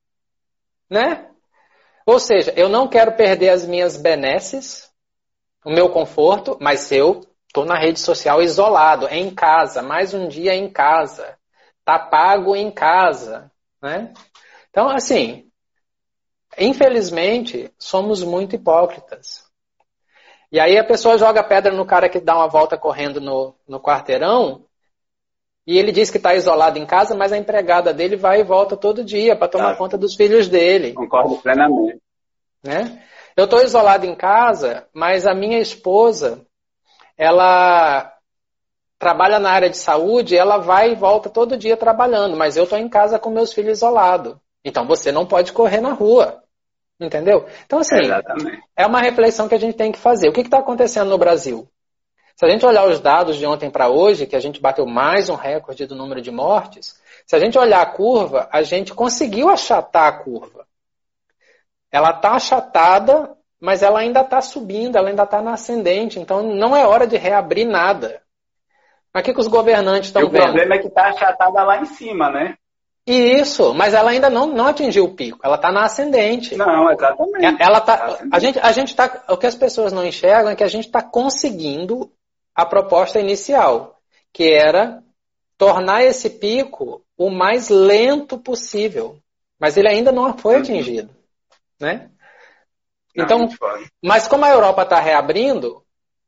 Né? Ou seja, eu não quero perder as minhas benesses, o meu conforto, mas eu estou na rede social isolado, em casa, mais um dia em casa. Está pago em casa. Né? Então, assim, infelizmente, somos muito hipócritas. E aí a pessoa joga pedra no cara que dá uma volta correndo no quarteirão e ele diz que está isolado em casa, mas a empregada dele vai e volta todo dia para tomar conta dos filhos dele. Concordo plenamente. Né? Eu estou isolado em casa, mas a minha esposa, ela trabalha na área de saúde, ela vai e volta todo dia trabalhando, mas eu estou em casa com meus filhos isolados. Então você não pode correr na rua. Entendeu? Então, assim, é uma reflexão que a gente tem que fazer. O que está acontecendo no Brasil? Se a gente olhar os dados de ontem para hoje, que a gente bateu mais um recorde do número de mortes, se a gente olhar a curva, a gente conseguiu achatar a curva. Ela está achatada, mas ela ainda está subindo, ela ainda está na ascendente. Então, não é hora de reabrir nada. Mas o que os governantes estão vendo? O problema é que está achatada lá em cima, né? Isso, mas ela ainda não atingiu o pico, ela está na ascendente. Não, exatamente. O que as pessoas não enxergam é que a gente está conseguindo a proposta inicial, que era tornar esse pico o mais lento possível, mas ele ainda não foi atingido. Né? Então, mas como a Europa está reabrindo,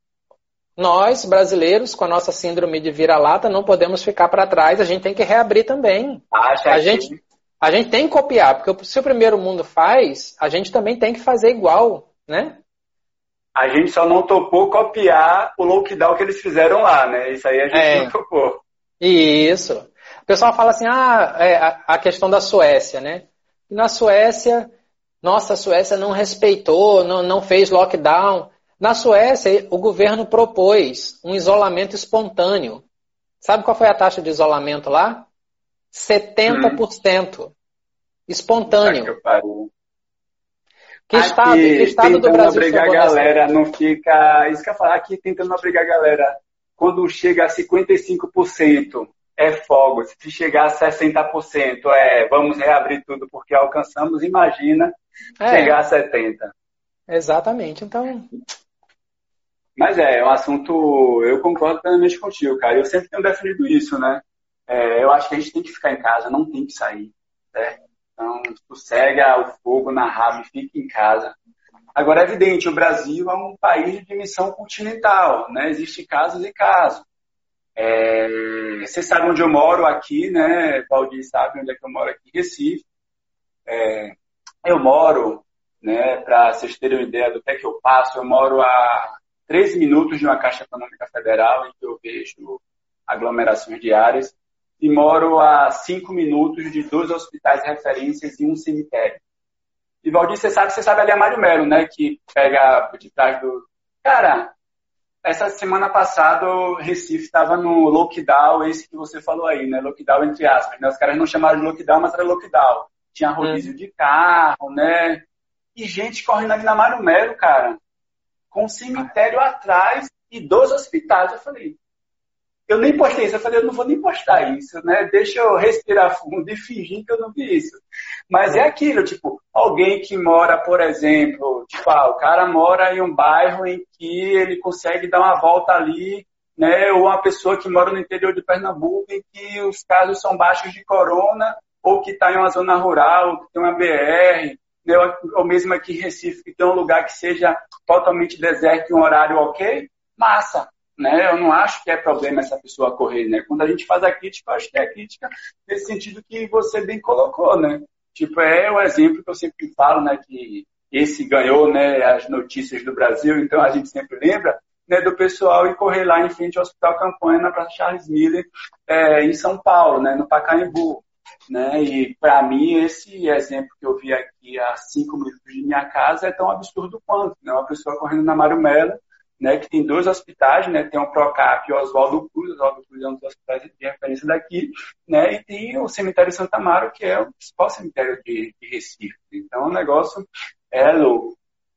nós, brasileiros, com a nossa síndrome de vira-lata, não podemos ficar para trás, a gente tem que reabrir também. A gente tem que copiar, porque se o primeiro mundo faz, a gente também tem que fazer igual, né? A gente só não topou copiar o lockdown que eles fizeram lá, né? Isso aí a gente não topou. Isso. O pessoal fala assim, a questão da Suécia, né? E na Suécia, nossa, a Suécia não respeitou, não fez lockdown. Na Suécia, o governo propôs um isolamento espontâneo. Sabe qual foi a taxa de isolamento lá? 70%. espontâneo. Que pariu. Que estado do Brasil obrigar a galera, não fica... Isso que eu ia falar, aqui tentando obrigar a galera. Quando chega a 55%, é fogo. Se chegar a 60%, vamos reabrir tudo porque alcançamos. Imagina chegar a 70%. Exatamente. Então... Mas é um assunto... Eu concordo plenamente contigo, cara. Eu sempre tenho definido isso, né? Eu acho que a gente tem que ficar em casa, não tem que sair, certo? Então, sossega o fogo na raba e fica em casa. Agora, é evidente, o Brasil é um país de dimensão continental, né? Existem casos e casos. Você sabe onde eu moro aqui, né? Valdir sabe onde é que eu moro aqui, em Recife. Eu moro, né, para vocês terem uma ideia do que é que eu passo, eu moro a 13 minutos de uma Caixa Econômica Federal, em que eu vejo aglomerações diárias. E moro a 5 minutos de 2 hospitais referências e um cemitério. E Valdir, você sabe ali a Mário Melo, né? Que pega de trás do... Cara, essa semana passada o Recife estava no lockdown, esse que você falou aí, né? Lockdown entre aspas, né? Os caras não chamaram de lockdown, mas era lockdown. Tinha rodízio de carro, né? E gente correndo ali na Mário Melo, cara. Com um cemitério atrás e 2 hospitais. Eu falei... Eu nem postei isso, eu falei, eu não vou nem postar isso, né? Deixa eu respirar fundo e fingir que eu não vi isso. Mas é aquilo, tipo, alguém que mora, por exemplo, tipo, o cara mora em um bairro em que ele consegue dar uma volta ali, né? Ou uma pessoa que mora no interior de Pernambuco em que os casos são baixos de corona, ou que está em uma zona rural, ou que tem uma BR, né? Ou mesmo aqui em Recife, que tem um lugar que seja totalmente deserto e um horário ok, massa. Né? Eu não acho que é problema essa pessoa correr, né? Quando a gente faz a crítica, eu acho que é a crítica nesse sentido que você bem colocou, né? Tipo, é o exemplo que eu sempre falo, né? Que esse ganhou, né, as notícias do Brasil, então a gente sempre lembra, né, do pessoal ir correr lá em frente ao Hospital Campanha, na Praça Charles Miller, em São Paulo, né, no Pacaembu. Né? E, para mim, esse exemplo que eu vi aqui a 5 minutos de minha casa é tão absurdo quanto, né? Uma pessoa correndo na Mário Melo, né, que tem 2 hospitais, né, tem o Procap e o Oswaldo Cruz é um dos hospitais de referência daqui, né, e tem o cemitério Santa Amaro, que é o principal cemitério de Recife. Então, o negócio é louco.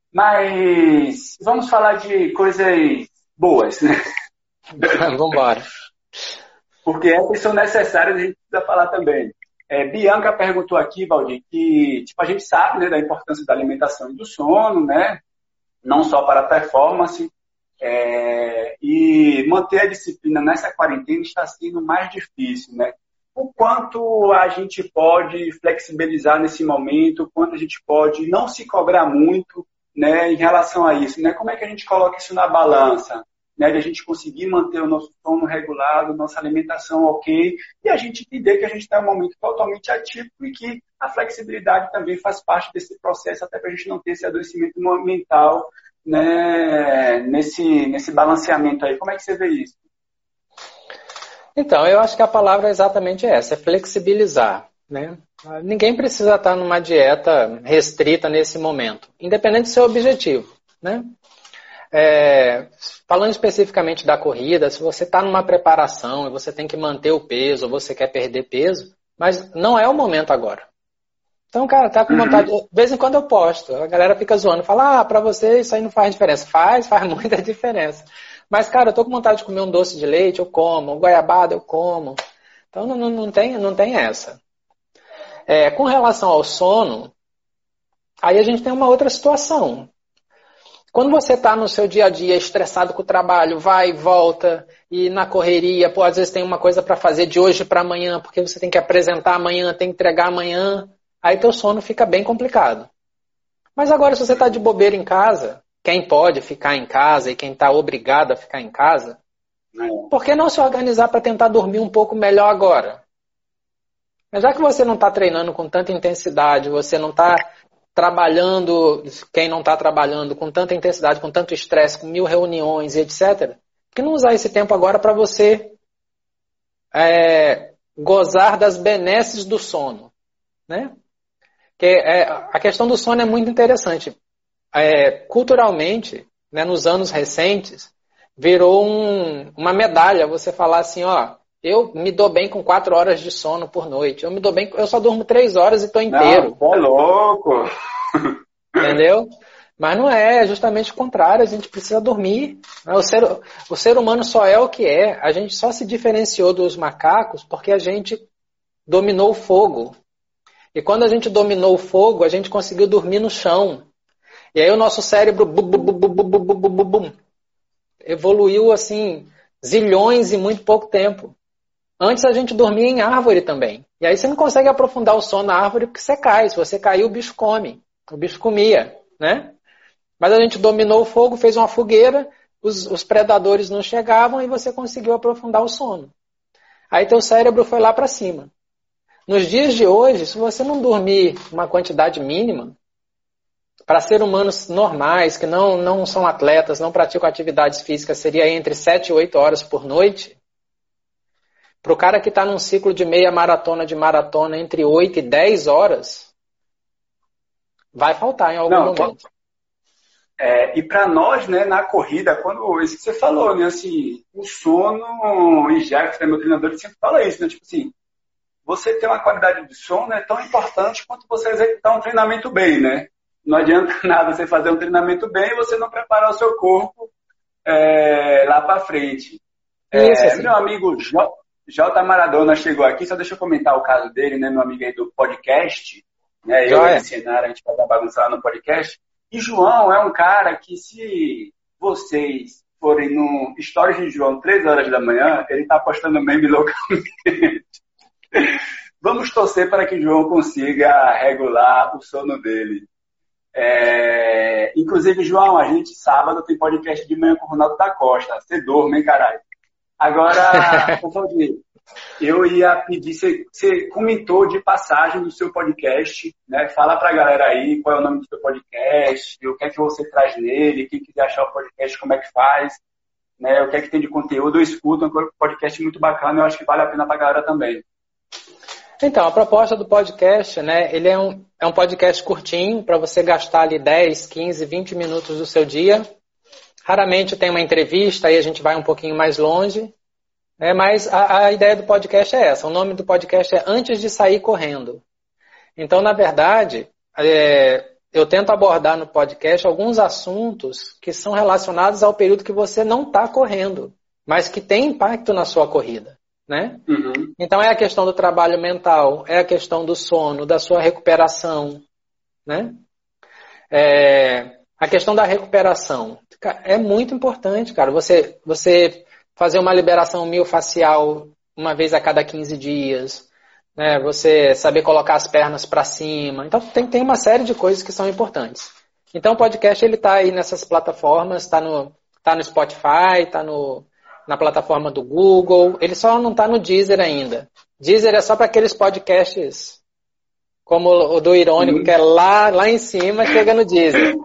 Mas vamos falar de coisas boas, né? Vamos embora. Porque essas são necessárias, a gente precisa falar também. Bianca perguntou aqui, Valdir, que tipo, a gente sabe, né, da importância da alimentação e do sono, né, não só para a performance, e manter a disciplina nessa quarentena está sendo mais difícil, né? O quanto a gente pode flexibilizar nesse momento, o quanto a gente pode não se cobrar muito, né, em relação a isso, né? Como é que a gente coloca isso na balança, né? De a gente conseguir manter o nosso sono regulado, nossa alimentação ok, e a gente entender que a gente está em um momento totalmente atípico e que a flexibilidade também faz parte desse processo, até para a gente não ter esse adoecimento mental, né, nesse balanceamento aí. Como é que você vê isso? Então, eu acho que a palavra é exatamente essa, é flexibilizar, né? Ninguém precisa estar numa dieta restrita nesse momento, independente do seu objetivo, né? Falando especificamente da corrida, se você está numa preparação e você tem que manter o peso, ou você quer perder peso, mas não é o momento agora. Então, cara, tá com vontade. De vez em quando eu posto, a galera fica zoando, fala, pra você isso aí não faz diferença. Faz muita diferença. Mas, cara, eu tô com vontade de comer um doce de leite, eu como, um goiabada, eu como. Então, não tem essa. Com relação ao sono, aí a gente tem uma outra situação. Quando você tá no seu dia a dia estressado com o trabalho, vai e volta, e na correria, às vezes tem uma coisa para fazer de hoje para amanhã, porque você tem que apresentar amanhã, tem que entregar amanhã, aí teu sono fica bem complicado. Mas agora, se você está de bobeira em casa, quem pode ficar em casa e quem está obrigado a ficar em casa, por que não se organizar para tentar dormir um pouco melhor agora? Mas já que você não está treinando com tanta intensidade, você não está trabalhando, quem não está trabalhando com tanta intensidade, com tanto estresse, com 1000 reuniões e etc., por que não usar esse tempo agora para você gozar das benesses do sono, né? Que a questão do sono é muito interessante. Culturalmente, né, nos anos recentes, virou uma medalha você falar assim, Eu me dou bem com 4 horas de sono por noite. Eu me dou bem, eu só durmo 3 horas e estou inteiro. Não, é louco. Entendeu? Mas não é justamente o contrário, a gente precisa dormir. O ser humano só é o que é. A gente só se diferenciou dos macacos porque a gente dominou o fogo. E quando a gente dominou o fogo, a gente conseguiu dormir no chão. E aí o nosso cérebro evoluiu assim, zilhões em muito pouco tempo. Antes a gente dormia em árvore também. E aí você não consegue aprofundar o sono na árvore porque você cai. Se você cair, o bicho come. O bicho comia, né? Mas a gente dominou o fogo, fez uma fogueira, os predadores não chegavam e você conseguiu aprofundar o sono. Aí teu cérebro foi lá para cima. Nos dias de hoje, se você não dormir uma quantidade mínima, para seres humanos normais, que não são atletas, não praticam atividades físicas, seria entre 7 e 8 horas por noite. Para o cara que está num ciclo de meia maratona, de maratona, entre 8 e 10 horas, vai faltar em algum momento. E para nós, né, na corrida, quando isso que você falou, né, assim, o sono, e Jefferson, meu treinador, ele sempre fala isso, né, tipo assim, você ter uma qualidade de sono é tão importante quanto você executar um treinamento bem, né? Não adianta nada você fazer um treinamento bem e você não preparar o seu corpo lá para frente. Isso, meu amigo J. Maradona chegou aqui, só deixa eu comentar o caso dele, né, meu amigo aí do podcast, né, eu e o Senara, a gente vai dar bagunçar no podcast. E João é um cara que, se vocês forem no Stories de João 3 horas da manhã, ele está postando meme loucamente. Vamos torcer para que João consiga regular o sono dele. Inclusive, João, a gente sábado tem podcast de manhã com o Ronaldo da Costa. Você dorme, hein, caralho? Agora, eu ia pedir, você comentou de passagem do seu podcast, né? Fala pra galera aí qual é o nome do seu podcast, o que é que você traz nele, quem quiser achar o podcast, como é que faz, né? O que é que tem de conteúdo, eu escuto, é um podcast muito bacana, eu acho que vale a pena pra galera também. Então, a proposta do podcast, né? Ele é um podcast curtinho, para você gastar ali 10, 15, 20 minutos do seu dia. Raramente tem uma entrevista, aí a gente vai um pouquinho mais longe. Mas a ideia do podcast é essa. O nome do podcast é Antes de Sair Correndo. Então, na verdade, eu tento abordar no podcast alguns assuntos que são relacionados ao período que você não está correndo, mas que tem impacto na sua corrida, né? Uhum. Então, é a questão do trabalho mental, é a questão do sono, da sua recuperação, né? A questão da recuperação é muito importante, cara. Você fazer uma liberação miofascial uma vez a cada 15 dias, né? Você saber colocar as pernas para cima. Então, tem uma série de coisas que são importantes. Então, o podcast ele está aí nessas plataformas, está no Spotify, está na plataforma do Google. Ele só não está no Deezer ainda. Deezer é só para aqueles podcasts como o do Irônico, que é lá em cima, chega no Deezer.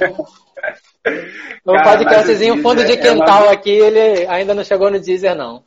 O podcastzinho fundo de quintal aqui, ele ainda não chegou no Deezer, não.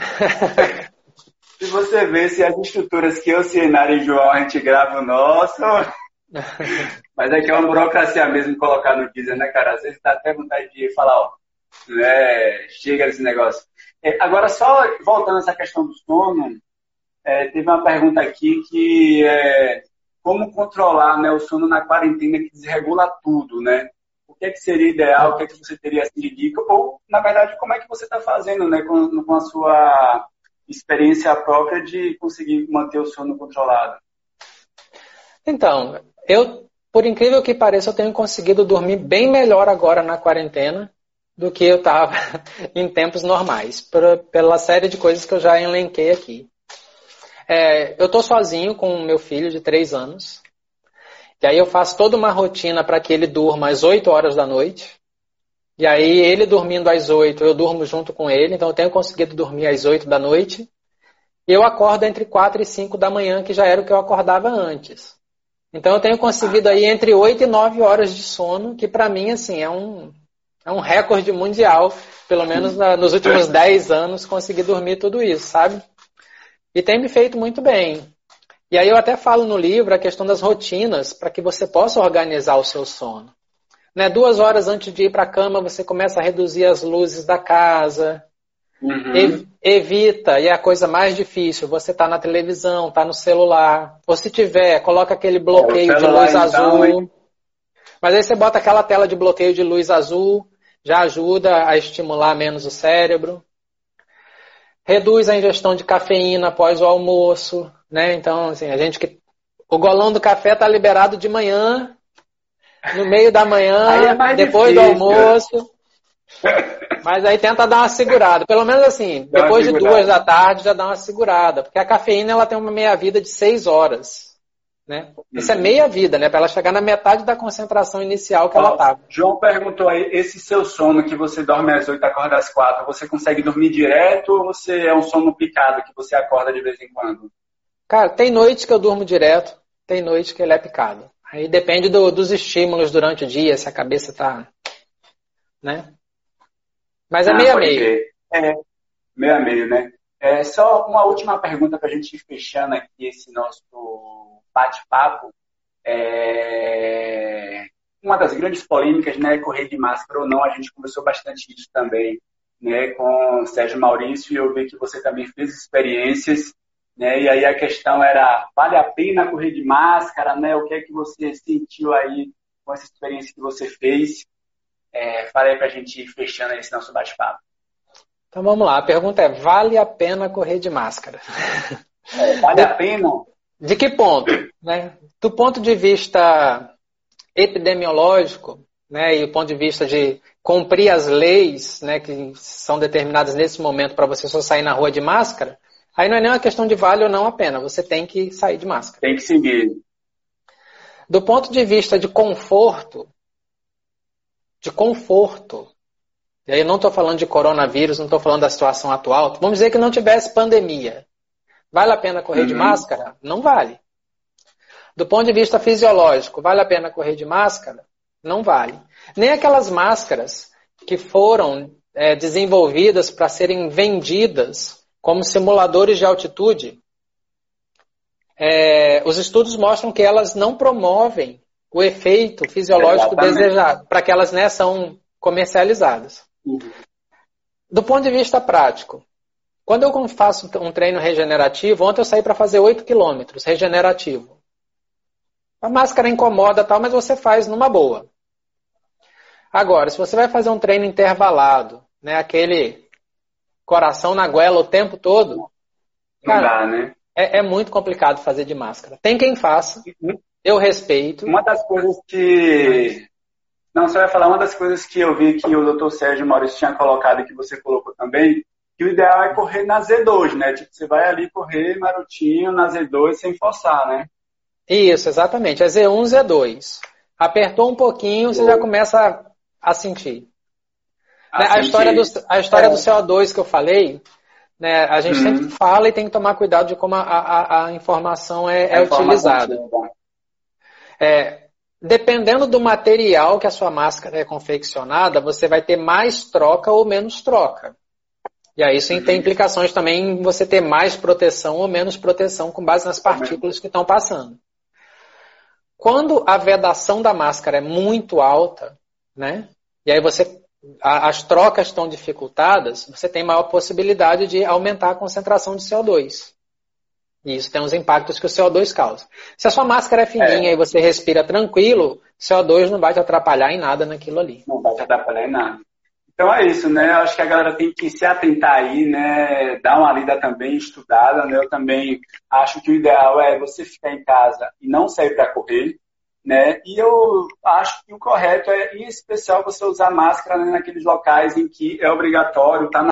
Se você vê se as estruturas que eu, Senara e João, a gente grava o nosso... Mas é que é uma burocracia mesmo colocar no Deezer, né, cara? Às vezes dá até vontade de falar, ó, chega desse negócio. Agora, só voltando a essa questão do sono, teve uma pergunta aqui que é como controlar, né, o sono na quarentena que desregula tudo, né? O que é que seria ideal, o que é que você teria assim, de dica? Ou, na verdade, como é que você está fazendo, né, com a sua experiência própria de conseguir manter o sono controlado? Então, por incrível que pareça, eu tenho conseguido dormir bem melhor agora na quarentena do que eu estava em tempos normais, pela série de coisas que eu já elenquei aqui. Eu estou sozinho com o meu filho de 3 anos. E aí eu faço toda uma rotina para que ele durma às 8 horas da noite. E aí ele dormindo às 8, eu durmo junto com ele. Então eu tenho conseguido dormir às 8 da noite. E eu acordo entre 4 e 5 da manhã, que já era o que eu acordava antes. Então eu tenho conseguido aí entre 8 e 9 horas de sono, que para mim assim, é um recorde mundial. Pelo menos nos últimos 10 anos consegui dormir tudo isso, sabe? E tem me feito muito bem. E aí eu até falo no livro a questão das rotinas para que você possa organizar o seu sono. 2 horas antes de ir para a cama, você começa a reduzir as luzes da casa. Evita, e é a coisa mais difícil, você tá na televisão, tá no celular, ou se tiver, coloca aquele bloqueio de luz azul. Mas aí você bota aquela tela de bloqueio de luz azul, já ajuda a estimular menos o cérebro. Reduz a ingestão de cafeína após o almoço, né? Então, assim, o golão do café tá liberado de manhã, no meio da manhã, depois do almoço. Mas aí tenta dar uma segurada. Pelo menos assim, depois de 2 da tarde já dá uma segurada. Porque a cafeína ela tem uma meia-vida de 6 horas. Né? Isso é meia-vida, né? Para ela chegar na metade da concentração inicial que ela estava. João perguntou aí, esse seu sono que você dorme às 8 e acorda às 4, você consegue dormir direto ou você é um sono picado que você acorda de vez em quando? Cara, tem noite que eu durmo direto, tem noite que ele é picado. Aí depende dos estímulos durante o dia, se a cabeça tá... Né? Mas é meio a meio. Meio a meio, né? Só uma última pergunta para a gente ir fechando aqui esse nosso bate-papo. Uma das grandes polêmicas, né, correr de máscara ou não, a gente conversou bastante disso também, né, com o Sérgio Maurício, e eu vi que você também fez experiências, né, e aí a questão era, vale a pena correr de máscara, né, o que é que você sentiu aí com essa experiência que você fez? Fala aí para a gente ir fechando esse nosso bate-papo. Então vamos lá, a pergunta é, vale a pena correr de máscara? Vale a pena? De que ponto? Né? Do ponto de vista epidemiológico, né, e do ponto de vista de cumprir as leis, né, que são determinadas nesse momento para você só sair na rua de máscara, aí não é nem uma questão de vale ou não a pena, você tem que sair de máscara. Tem que seguir. Do ponto de vista de conforto, e aí eu não estou falando de coronavírus, não estou falando da situação atual, vamos dizer que não tivesse pandemia. Vale a pena correr de máscara? Não vale. Do ponto de vista fisiológico, vale a pena correr de máscara? Não vale. Nem aquelas máscaras que foram desenvolvidas para serem vendidas como simuladores de altitude, os estudos mostram que elas não promovem o efeito fisiológico desejado, para que elas são comercializadas. Do ponto de vista prático, quando eu faço um treino regenerativo, ontem eu saí para fazer 8 quilômetros regenerativo. A máscara incomoda, tal, mas você faz numa boa. Agora, se você vai fazer um treino intervalado, né, aquele coração na goela o tempo todo, cara, não dá, né? É muito complicado fazer de máscara. Tem quem faça, eu respeito. Uma das coisas que... Não, você vai falar uma das coisas que eu vi que o Dr. Sérgio Maurício tinha colocado e que você colocou também, que o ideal é correr na Z2, né? Tipo, você vai ali correr marotinho na Z2 sem forçar, né? Isso, exatamente. É Z1, Z2. Apertou um pouquinho, você já começa a sentir. A história do CO2 que eu falei, né, a gente sempre fala e tem que tomar cuidado de como a informação é utilizada. Dependendo do material que a sua máscara é confeccionada, você vai ter mais troca ou menos troca. E aí isso tem implicações também em você ter mais proteção ou menos proteção com base nas partículas que estão passando. Quando a vedação da máscara é muito alta, né, e aí as trocas estão dificultadas, você tem maior possibilidade de aumentar a concentração de CO2. E isso tem os impactos que o CO2 causa. Se a sua máscara é fininha e você respira tranquilo, CO2 não vai te atrapalhar em nada naquilo ali. Não vai te atrapalhar em nada. Então é isso, né? Eu acho que a galera tem que se atentar aí, né? Dar uma lida também, estudada, né? Eu também acho que o ideal é você ficar em casa e não sair para correr, né? E eu acho que o correto é, em especial, você usar máscara, né, naqueles locais em que é obrigatório, tá